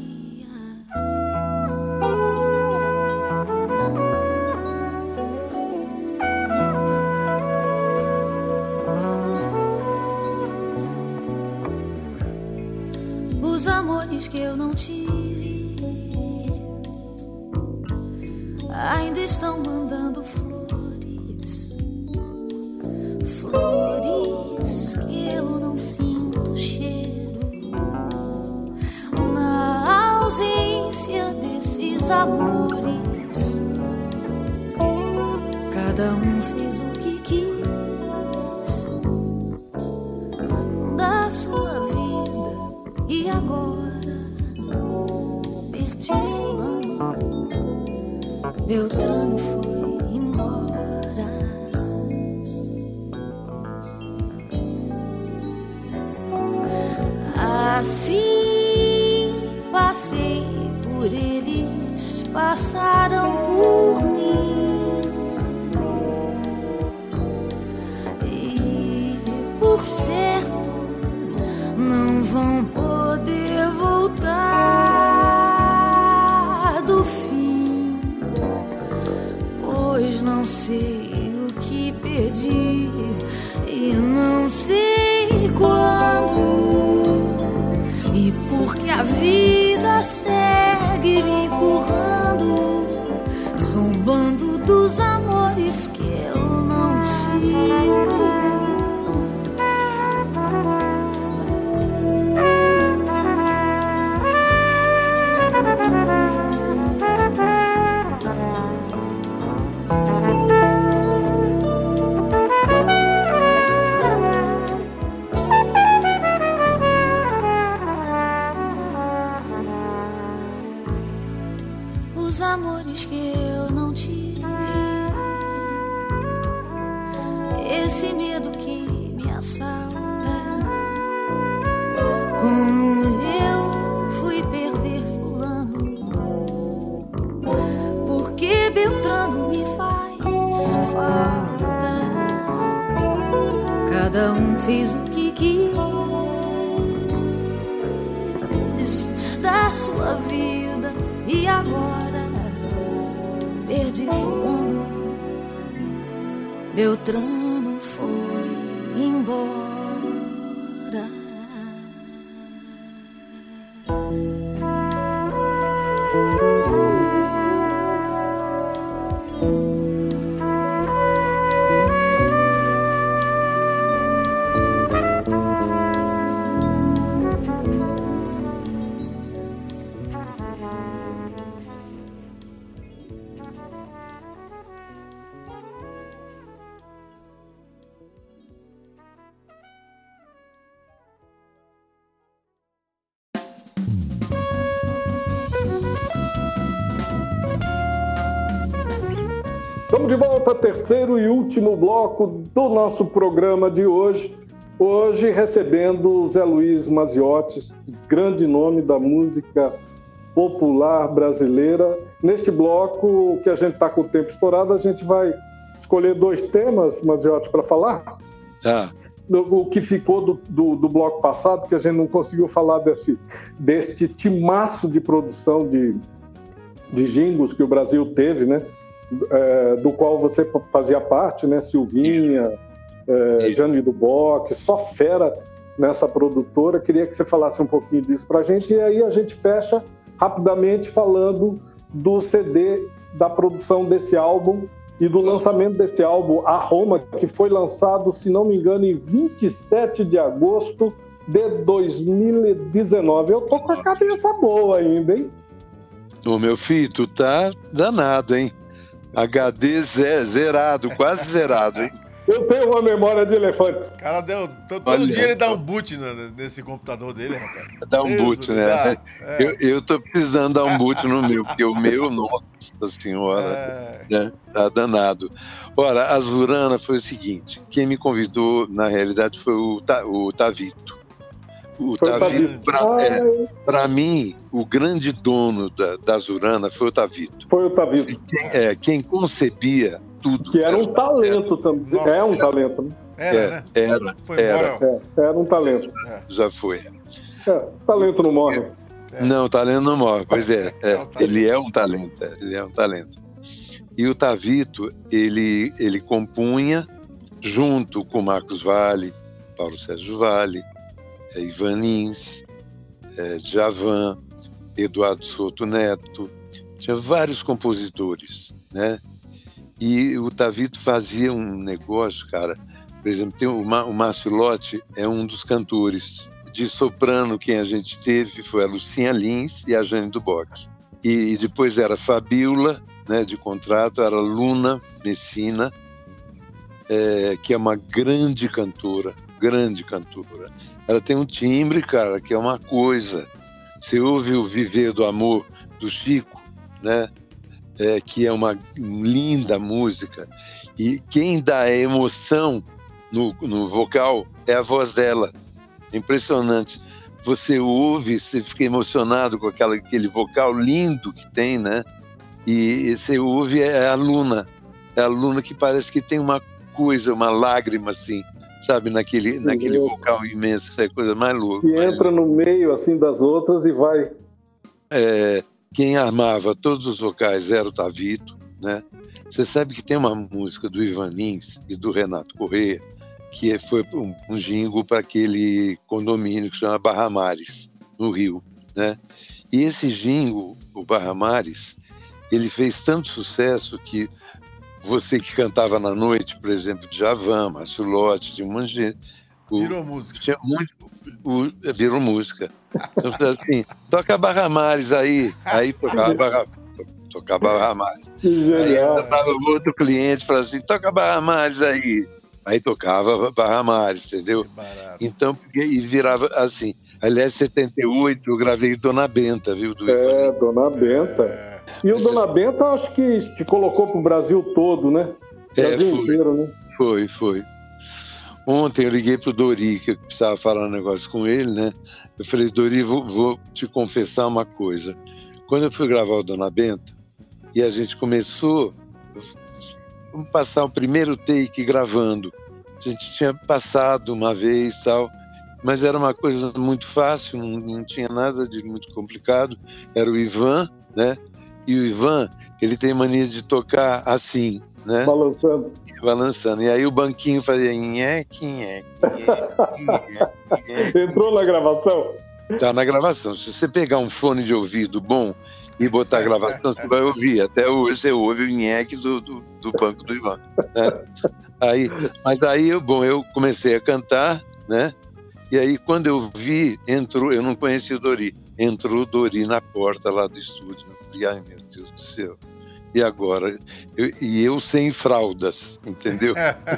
Os amores que eu não tive ainda estão mandando flores, flores que eu não sinto cheiro. Na ausência desses amores, cada um fez o que quis da sua vida. E agora perdi fulano, Beltrano foi embora. Assim passei por eles, passaram por mim, e por certo não vão poder voltar do fim, pois não sei o que perdi e não sei quando. E porque a vida segue me empurrando, zombando dos amores que eu não tive. Os amores que eu não tive, esse medo que me assalta, como eu fui perder fulano, porque Beltrano me faz falta. Cada um fez o que quis da sua vida, e agora perdi fulano, Beltrano foi embora. Estamos de volta, terceiro e último bloco do nosso programa de hoje. Hoje recebendo Zé Luiz Maziotti, grande nome da música popular brasileira. Neste bloco, que a gente está com o tempo estourado, a gente vai escolher 2 temas, Maziotti, para falar. Tá. O que ficou do bloco passado, que a gente não conseguiu falar deste timaço de produção de jingles que o Brasil teve, né? Do qual você fazia parte, né? Silvinha, Jane do Bock, só fera nessa produtora. Queria que você falasse um pouquinho disso pra gente, e aí a gente fecha rapidamente falando do CD, da produção desse álbum e do lançamento desse álbum, A Roma, que foi lançado, se não me engano, em 27 de agosto de 2019. Eu tô com a cabeça boa ainda, hein? Ô, meu filho, tu tá danado, hein? HD zerado, quase zerado, hein? Eu tenho uma memória de elefante. O cara todo dia ele dá um boot nesse computador dele, rapaz. Dá um boot, né? Eu tô precisando dar um boot no meu, porque o meu, nossa senhora, né? Tá danado. Ora, a Zurana foi o seguinte, quem me convidou, na realidade, foi o Tavito. O Tavito, para mim, o grande dono da Zurana foi o Tavito. Foi o Tavito. Quem concebia tudo. Que era um talento também. Nossa, é um talento, né? Era um talento. Já foi. Talento não morre. Não, talento não morre, pois é. Ele é um talento. E o Tavito, ele compunha, junto com Marcos Valle, Paulo Sérgio Valle, Ivan Lins, Djavan, Eduardo Souto Neto, tinha vários compositores, né? E o Tavito fazia um negócio, cara, por exemplo, tem o Márcio Lotti, é um dos cantores. De soprano, quem a gente teve foi a Lucinha Lins e a Jane do Bock. E depois era Fabiola, né, de contrato, era Luna Messina, que é uma grande cantora. Ela tem um timbre, cara, que é uma coisa. Você ouve o Viver do Amor do Chico, né? Que é uma linda música. E quem dá a emoção no vocal é a voz dela. Impressionante. você ouve, você fica emocionado com aquele vocal lindo que tem, né? E você ouve é a Luna que parece que tem uma coisa, uma lágrima assim, sabe, naquele vocal imenso, é a coisa mais louca. E entra no meio assim das outras e vai. Quem armava todos os vocais era o Tavito, né? Você sabe que tem uma música do Ivan Lins e do Renato Corrêa que foi um jingle para aquele condomínio que se chama Barra Mares, no Rio, né? E esse jingle, o Barra Mares, ele fez tanto sucesso que você que cantava na noite, por exemplo, Djavan, Márcio Lotti, tinha um monte de gente. Virou música. Tinha virou música. Então, assim, toca Barra Mares aí tocava Barra Mares. Aí tava outro cliente e falava assim, toca Barra Mares aí tocava Barra Mares, entendeu? Então, e virava assim. Aliás, em 78 eu gravei Dona Benta, viu? Dona Benta. E o Dona Benta acho que te colocou pro Brasil todo, né? Brasil inteiro, né? Foi. Ontem eu liguei pro Dori, que eu precisava falar um negócio com ele, né? Eu falei, Dori, vou te confessar uma coisa. Quando eu fui gravar o Dona Benta, e a gente começou, vamos passar o primeiro take gravando. A gente tinha passado uma vez e tal, mas era uma coisa muito fácil, não tinha nada de muito complicado. Era o Ivan, né? E o Ivan, ele tem mania de tocar assim, né? Balançando. E aí o banquinho fazia nheque. Entrou na gravação? Tá na gravação. Se você pegar um fone de ouvido bom e botar a gravação, você vai ouvir. Até hoje você ouve o nheque do banco do Ivan, né? Mas aí eu comecei a cantar, né? E aí quando eu vi, eu não conhecia o Dori, entrou o Dori na porta lá do estúdio. Eu falei, ai meu Deus do céu. E agora? Eu sem fraldas, entendeu?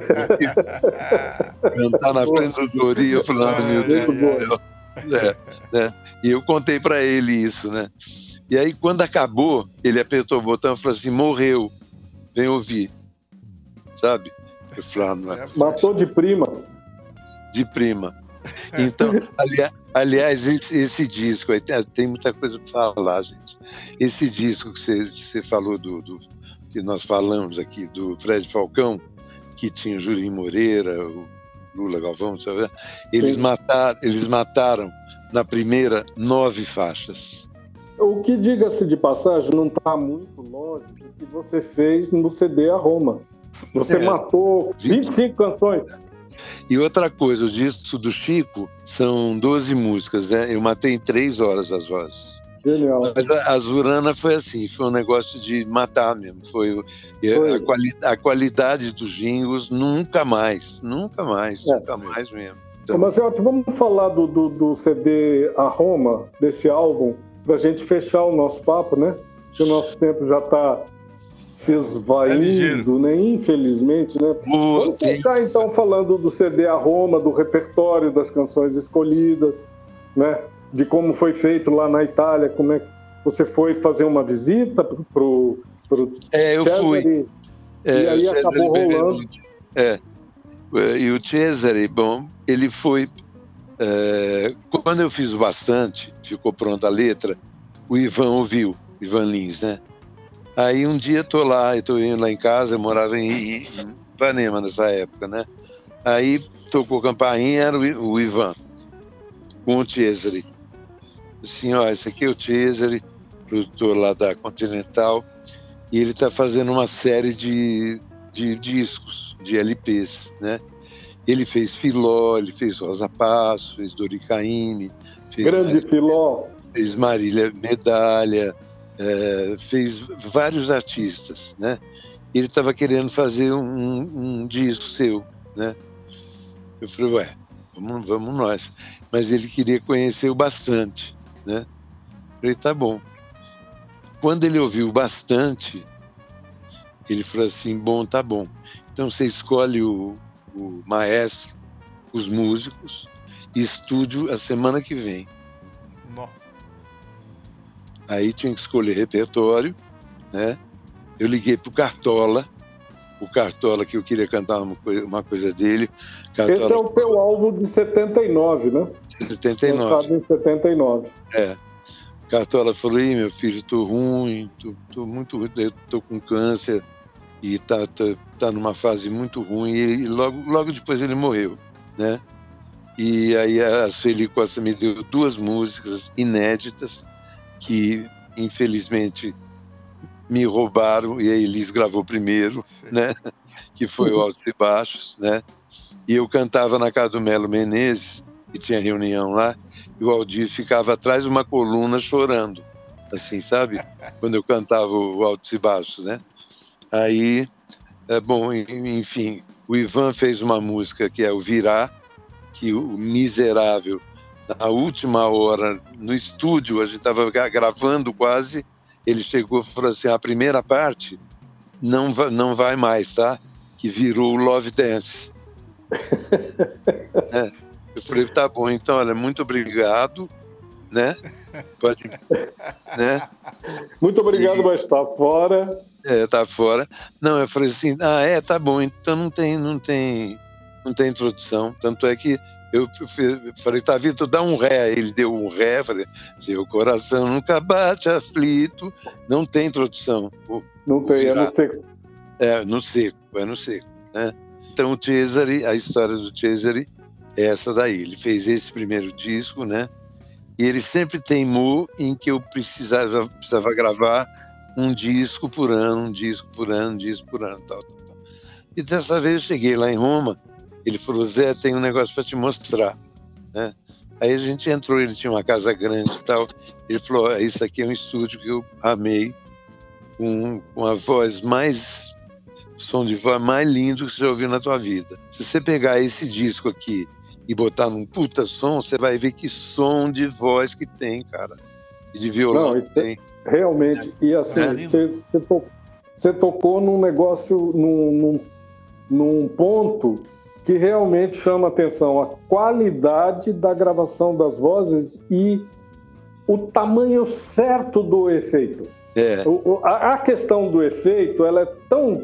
Cantar na frente do Dori, eu falei, ai meu Deus do céu. Né? E eu contei para ele isso, né? E aí quando acabou, ele apertou o botão e falou assim, morreu, vem ouvir, sabe? Eu falei, não é. Matou de prima. De prima. Então, aliás, esse disco, tem muita coisa para falar, gente. Esse disco que você falou, que nós falamos aqui, do Fred Falcão, que tinha o Julinho Moreira, o Lula Galvão, sabe? Eles mataram na primeira 9 faixas. O que, diga-se de passagem, não está muito longe do que você fez no CD A Roma. Você matou 25 canções. E outra coisa, o disco do Chico são 12 músicas, né? Eu matei em 3 horas as vozes. Genial. Mas a Zurana foi assim, foi um negócio de matar mesmo. Foi. A qualidade dos jingles nunca mais mesmo. Então... Mas vamos falar do CD A Roma, desse álbum, para a gente fechar o nosso papo, né? Que o nosso tempo já está se esvaindo, né? Infelizmente, né? Vamos fechar então falando do CD A Roma, do repertório das canções escolhidas, né? De como foi feito lá na Itália, como é que você foi fazer uma visita pro eu Cesare, fui. E aí acabou rolando. E o Cesare, bom, ele foi... quando eu fiz o Bastante, ficou pronta a letra, o Ivan ouviu, Ivan Lins, né? Aí um dia eu tô indo lá em casa, eu morava em Ipanema nessa época, né? Aí tocou campainha, era o Ivan, com o Cesare. Assim, ó, esse aqui é o Cesare, produtor lá da Continental, e ele tá fazendo uma série de discos, de LPs, né? Ele fez Filó, ele fez Rosa Passo, fez Dori Caymmi, fez Marília Medalha, fez vários artistas, né? Ele estava querendo fazer um disco seu, né? Eu falei, vamos nós. Mas ele queria conhecer o Bastante, né? Eu falei, tá bom. Quando ele ouviu Bastante, ele falou assim, bom, tá bom. Então você escolhe o maestro, os músicos, e estúdio a semana que vem. Não. Aí tinha que escolher repertório, né? Eu liguei pro Cartola, o Cartola, que eu queria cantar uma coisa dele. Cartola, esse é o teu álbum de 79, né? 79. Lançado em 79. Cartola falou: "Ih, meu filho, tô ruim, tô muito ruim, eu tô com câncer e tá numa fase muito ruim", e logo depois ele morreu, né? E aí a Sueli Costa me deu 2 músicas inéditas que, infelizmente, me roubaram, e a Elis gravou primeiro, né? Que foi o Altos e Baixos, né? E eu cantava na casa do Melo Menezes, e tinha reunião lá, e o Aldir ficava atrás de uma coluna chorando, assim, sabe? Quando eu cantava o Altos e Baixos, né? Aí, bom, enfim, o Ivan fez uma música que é o Virá, que o miserável, na última hora, no estúdio, a gente estava gravando quase, ele chegou e falou assim: a primeira parte não vai mais, tá? Que virou o Love Dance. Eu falei: tá bom, então, olha, muito obrigado, né? Pode, né? Muito obrigado, mas está fora. Tá fora. Não, eu falei assim: tá bom, então não tem introdução. Tanto é que eu falei: tá, Vitor, dá um ré. Ele deu um ré, falei: seu coração nunca bate aflito. Não tem introdução. Não tem, é no seco. É no seco, né? Então o Cesare, a história do Cesare é essa daí. Ele fez esse primeiro disco, né? E ele sempre teimou em que eu precisava gravar um disco por ano, tal. E dessa vez eu cheguei lá em Roma, ele falou: Zé, tem um negócio para te mostrar, né? Aí a gente entrou, ele tinha uma casa grande e tal, ele falou: isso aqui é um estúdio que eu amei, com a voz mais, som de voz mais lindo que você já ouviu na tua vida. Se você pegar esse disco aqui e botar num puta som, você vai ver que som de voz que tem, cara, e de violão que tem. Realmente, e assim, você tocou num negócio, num ponto que realmente chama atenção, a qualidade da gravação das vozes e o tamanho certo do efeito. A questão do efeito, ela é tão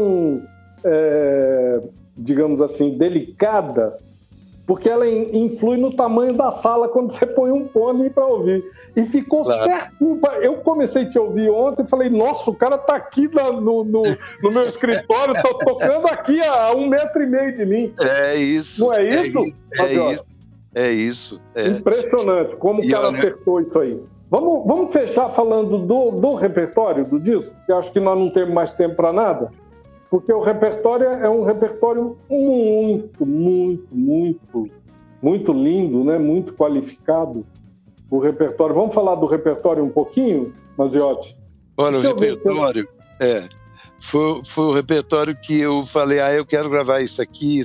digamos assim, delicada, porque ela influi no tamanho da sala quando você põe um fone para ouvir. E ficou certinho. Eu comecei a te ouvir ontem e falei: nossa, o cara tá aqui no meu escritório, tô tocando aqui a 1,5 metro de mim. É isso. Não é isso? É isso. Impressionante como o cara acertou isso aí. Vamos fechar falando do repertório do disco, que acho que nós não temos mais tempo para nada. Porque o repertório é um repertório muito, muito, muito, muito lindo, né? Muito qualificado. O repertório. Vamos falar do repertório um pouquinho, Manziotti? Olha, o repertório foi o repertório que eu falei: eu quero gravar isso aqui.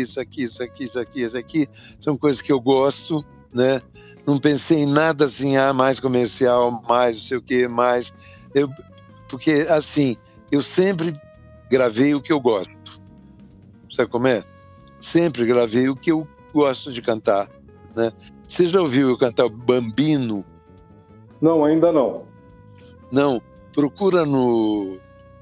São coisas que eu gosto, né? Não pensei em nada assim, mais comercial, mais não sei o que, mais. Porque, assim, eu sempre gravei o que eu gosto. Sabe como é? Sempre gravei o que eu gosto de cantar, né? Você já ouviu eu cantar Bambino? Não, ainda não. Não, procura no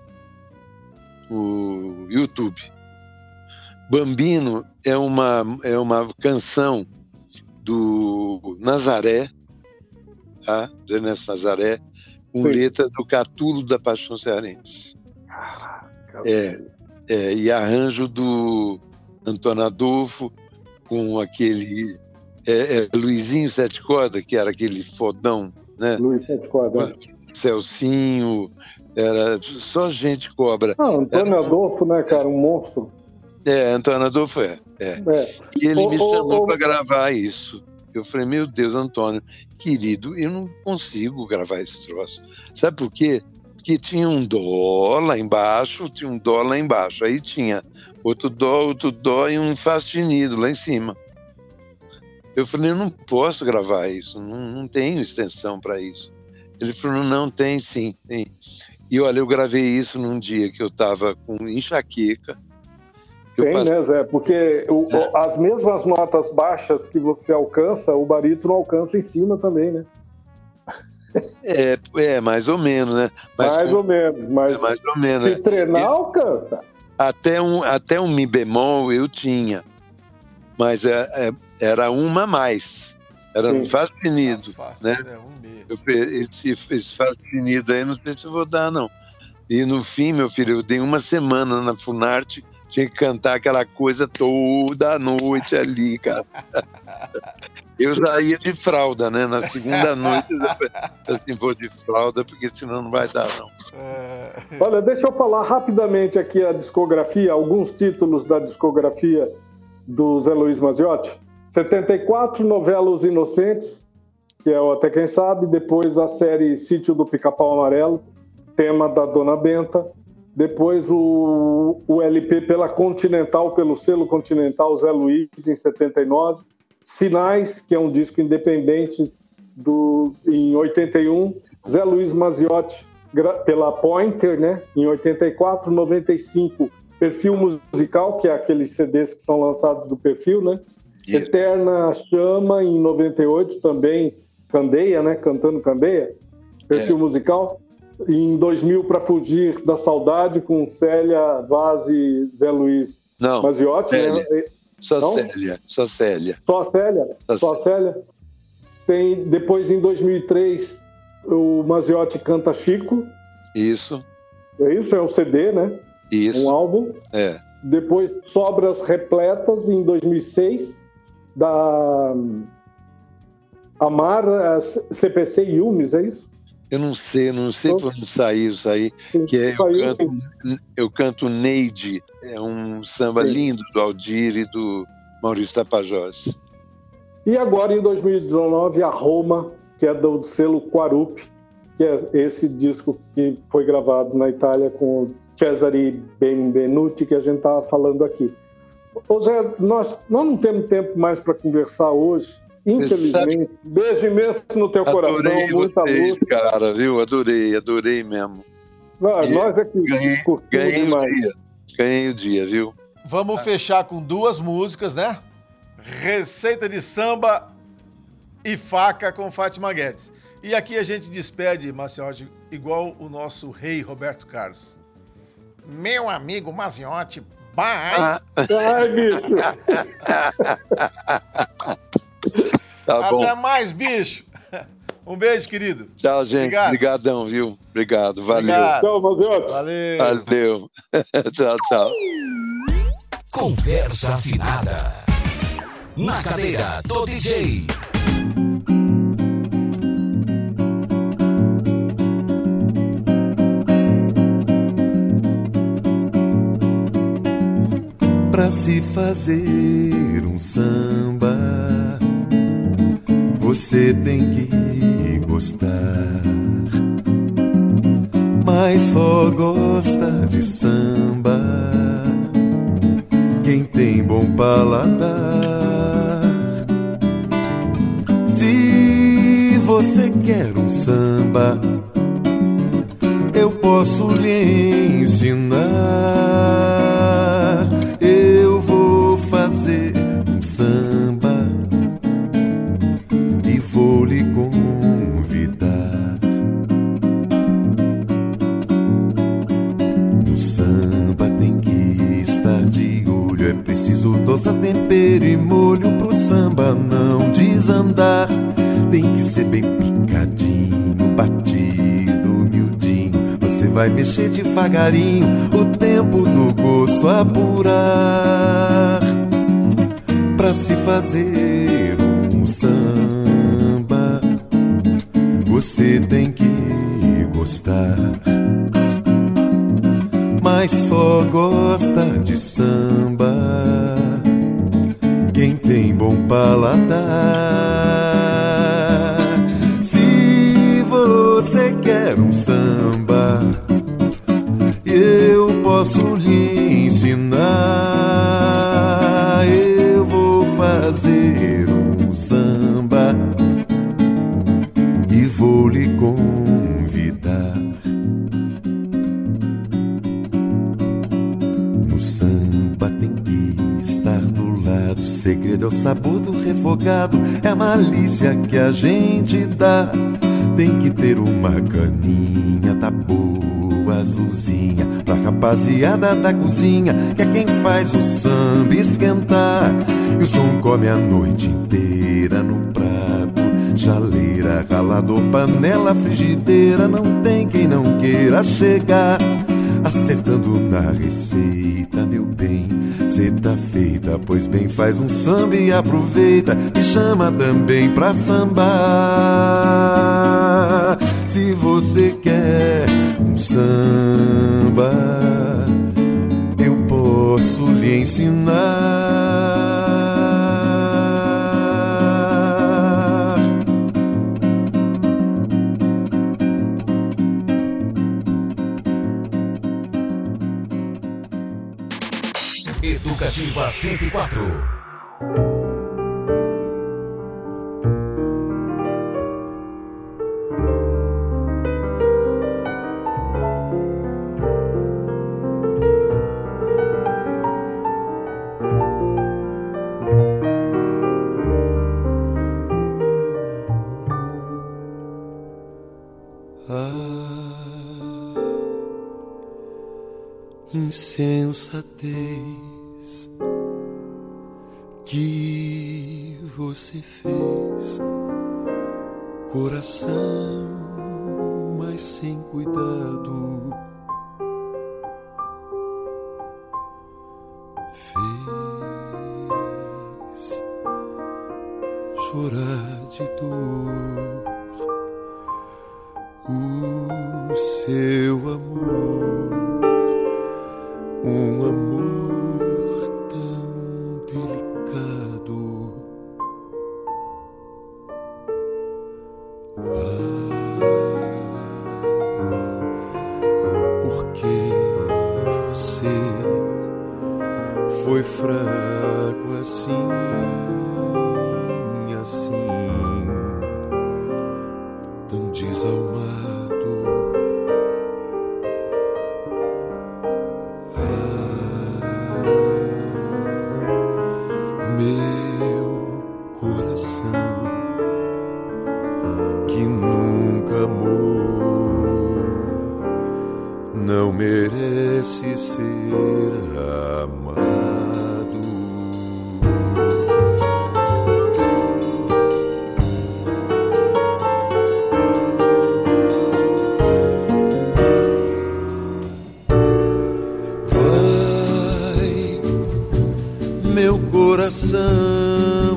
YouTube. Bambino é uma canção do Nazaré, tá? Do Ernesto Nazaré, com letra do Catulo da Paixão Cearense. E arranjo do Antônio Adolfo, com aquele Luizinho Sete Cordas, que era aquele fodão, né? Luiz Sete Cordas. Celcinho, era só gente cobra. Antônio Adolfo, né, cara, um monstro. Antônio Adolfo E ele me chamou para gravar isso. Eu falei: meu Deus, Antônio, querido, eu não consigo gravar esse troço. Sabe por quê? Porque tinha um dó lá embaixo, aí tinha outro dó e um fá sustenido lá em cima. Eu falei: eu não posso gravar isso, não tenho extensão para isso. Ele falou: não, tem sim, tem. E olha, eu gravei isso num dia que eu estava com enxaqueca. Né, Zé? Porque as mesmas notas baixas que você alcança, o barítono alcança em cima também, né? Mais ou menos, né? Mais ou menos. Mas mais ou menos. Se treinar, alcança. Até um Mi bemol eu tinha, mas era uma a mais. Era um Fá sustenido, né? Esse Fá sustenido aí, não sei se eu vou dar, não. E no fim, meu filho, eu dei uma semana na Funarte, tinha que cantar aquela coisa toda noite ali, cara. Eu já ia de fralda, né? Na segunda noite, eu assim, vou de fralda, porque senão não vai dar, não. Olha, deixa eu falar rapidamente aqui a discografia, alguns títulos da discografia do Zé Luiz Maziotti. 74, novela Os Inocentes, que é o Até Quem Sabe. Depois a série Sítio do Pica-Pau Amarelo, tema da Dona Benta. Depois o LP pela Continental, pelo selo Continental, Zé Luiz, em 79. Sinais, que é um disco independente em 81. Zé Luiz Maziotti pela Pointer, né? Em 84. 95, Perfil Musical, que é aqueles CDs que são lançados do Perfil, né? Isso. Eterna Chama, em 98, também Candeia, né? Cantando Candeia, Perfil Musical. Em 2000, Pra Fugir da Saudade, com Célia Vaz e Zé Luiz Maziotti. Célia. Né? Só Célia. Tem, depois, em 2003, o Maziotti canta Chico. Isso. É um CD, né? Isso. Um álbum. Depois, Sobras Repletas, em 2006, da Amar, CPC e Yumes, é isso? Eu não sei por onde saiu isso aí, que eu canto Neide, é um samba lindo do Aldir e do Maurício Tapajós. E agora, em 2019, a Roma, que é do selo Quarup, que é esse disco que foi gravado na Itália com o Cesare Benvenuti, que a gente estava falando aqui. Ô Zé, nós não temos tempo mais para conversar hoje, infelizmente. Beijo imenso no teu coração, muita luz. Cara, viu? Adorei mesmo. Nós aqui ganhei o dia, viu? Vamos fechar com 2 músicas, né? Receita de Samba e Faca, com Fátima Guedes. E aqui a gente despede, Maziotti, igual o nosso rei Roberto Carlos. Meu amigo Maziotti, bye! Ai, bicho! Tá bom. Até mais, bicho! Um beijo, querido. Tchau, gente. Obrigadão, viu? Obrigado. Valeu. Tchau, Maziotti. Valeu. Tchau. Conversa afinada. Na cadeira do DJ. Pra se fazer um samba, você tem que gostar, mas só gosta de samba quem tem bom paladar. Se você quer um samba, eu posso lhe ensinar. Eu vou fazer um samba e vou lhe convidar. No samba tem que estar de olho, é preciso dosar tempero e molho pro samba não desandar. Tem que ser bem picadinho, batido, miudinho. Você vai mexer devagarinho, o tempo do gosto apurar. Pra se fazer um samba, você tem que gostar, mas só gosta de samba quem tem bom paladar. Se você quer um samba, eu posso lhe ensinar. Eu vou fazer um samba e vou lhe convidar. No samba tem que estar do lado, o segredo é o sabor do refogado, é a malícia que a gente dá. Tem que ter uma caninha da boa azulzinha pra rapaziada da cozinha, que é quem faz o samba esquentar. E o som come a noite inteira no prato, jaleira, ralador, panela, frigideira. Não tem quem não queira chegar, acertando na receita, meu bem. Cê tá feita, pois bem, faz um samba e aproveita, me chama também pra sambar. Se você quer um samba, eu posso lhe ensinar. Educativa 104. Insensatez que você fez, coração, mas sem cuidado, fez chorar de dor o seu amor. Um amor tão delicado. Porque você foi fraco assim, assim, tão desalmado. Não merece ser amado. Vai, meu coração,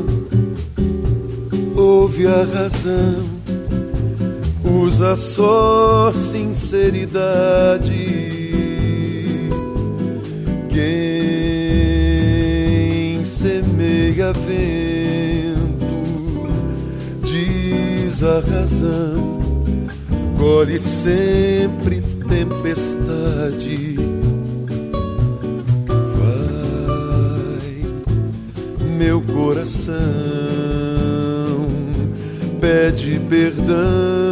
ouve a razão. Usa só sinceridade. Quem semeia vento diz a razão, colhe sempre tempestade. Vai, meu coração, pede perdão.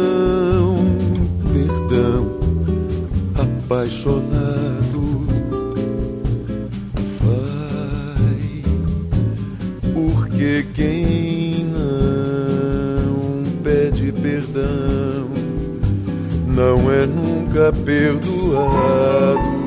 Apaixonado, vai, porque quem não pede perdão não é nunca perdoado.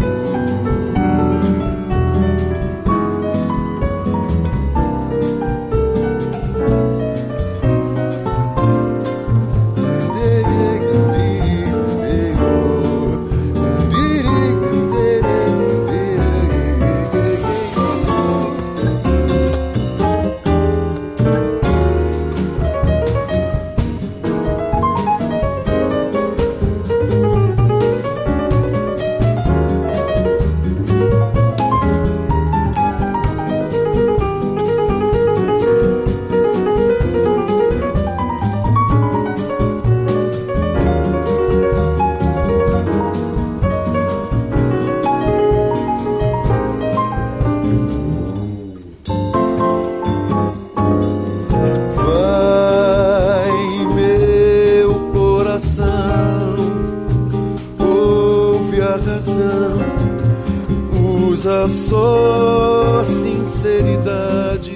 Usa só sinceridade.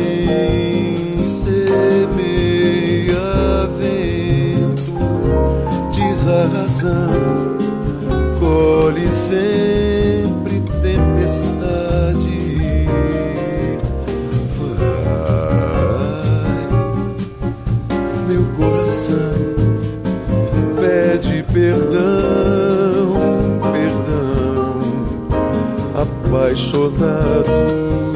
Quem semeia vento apaixonado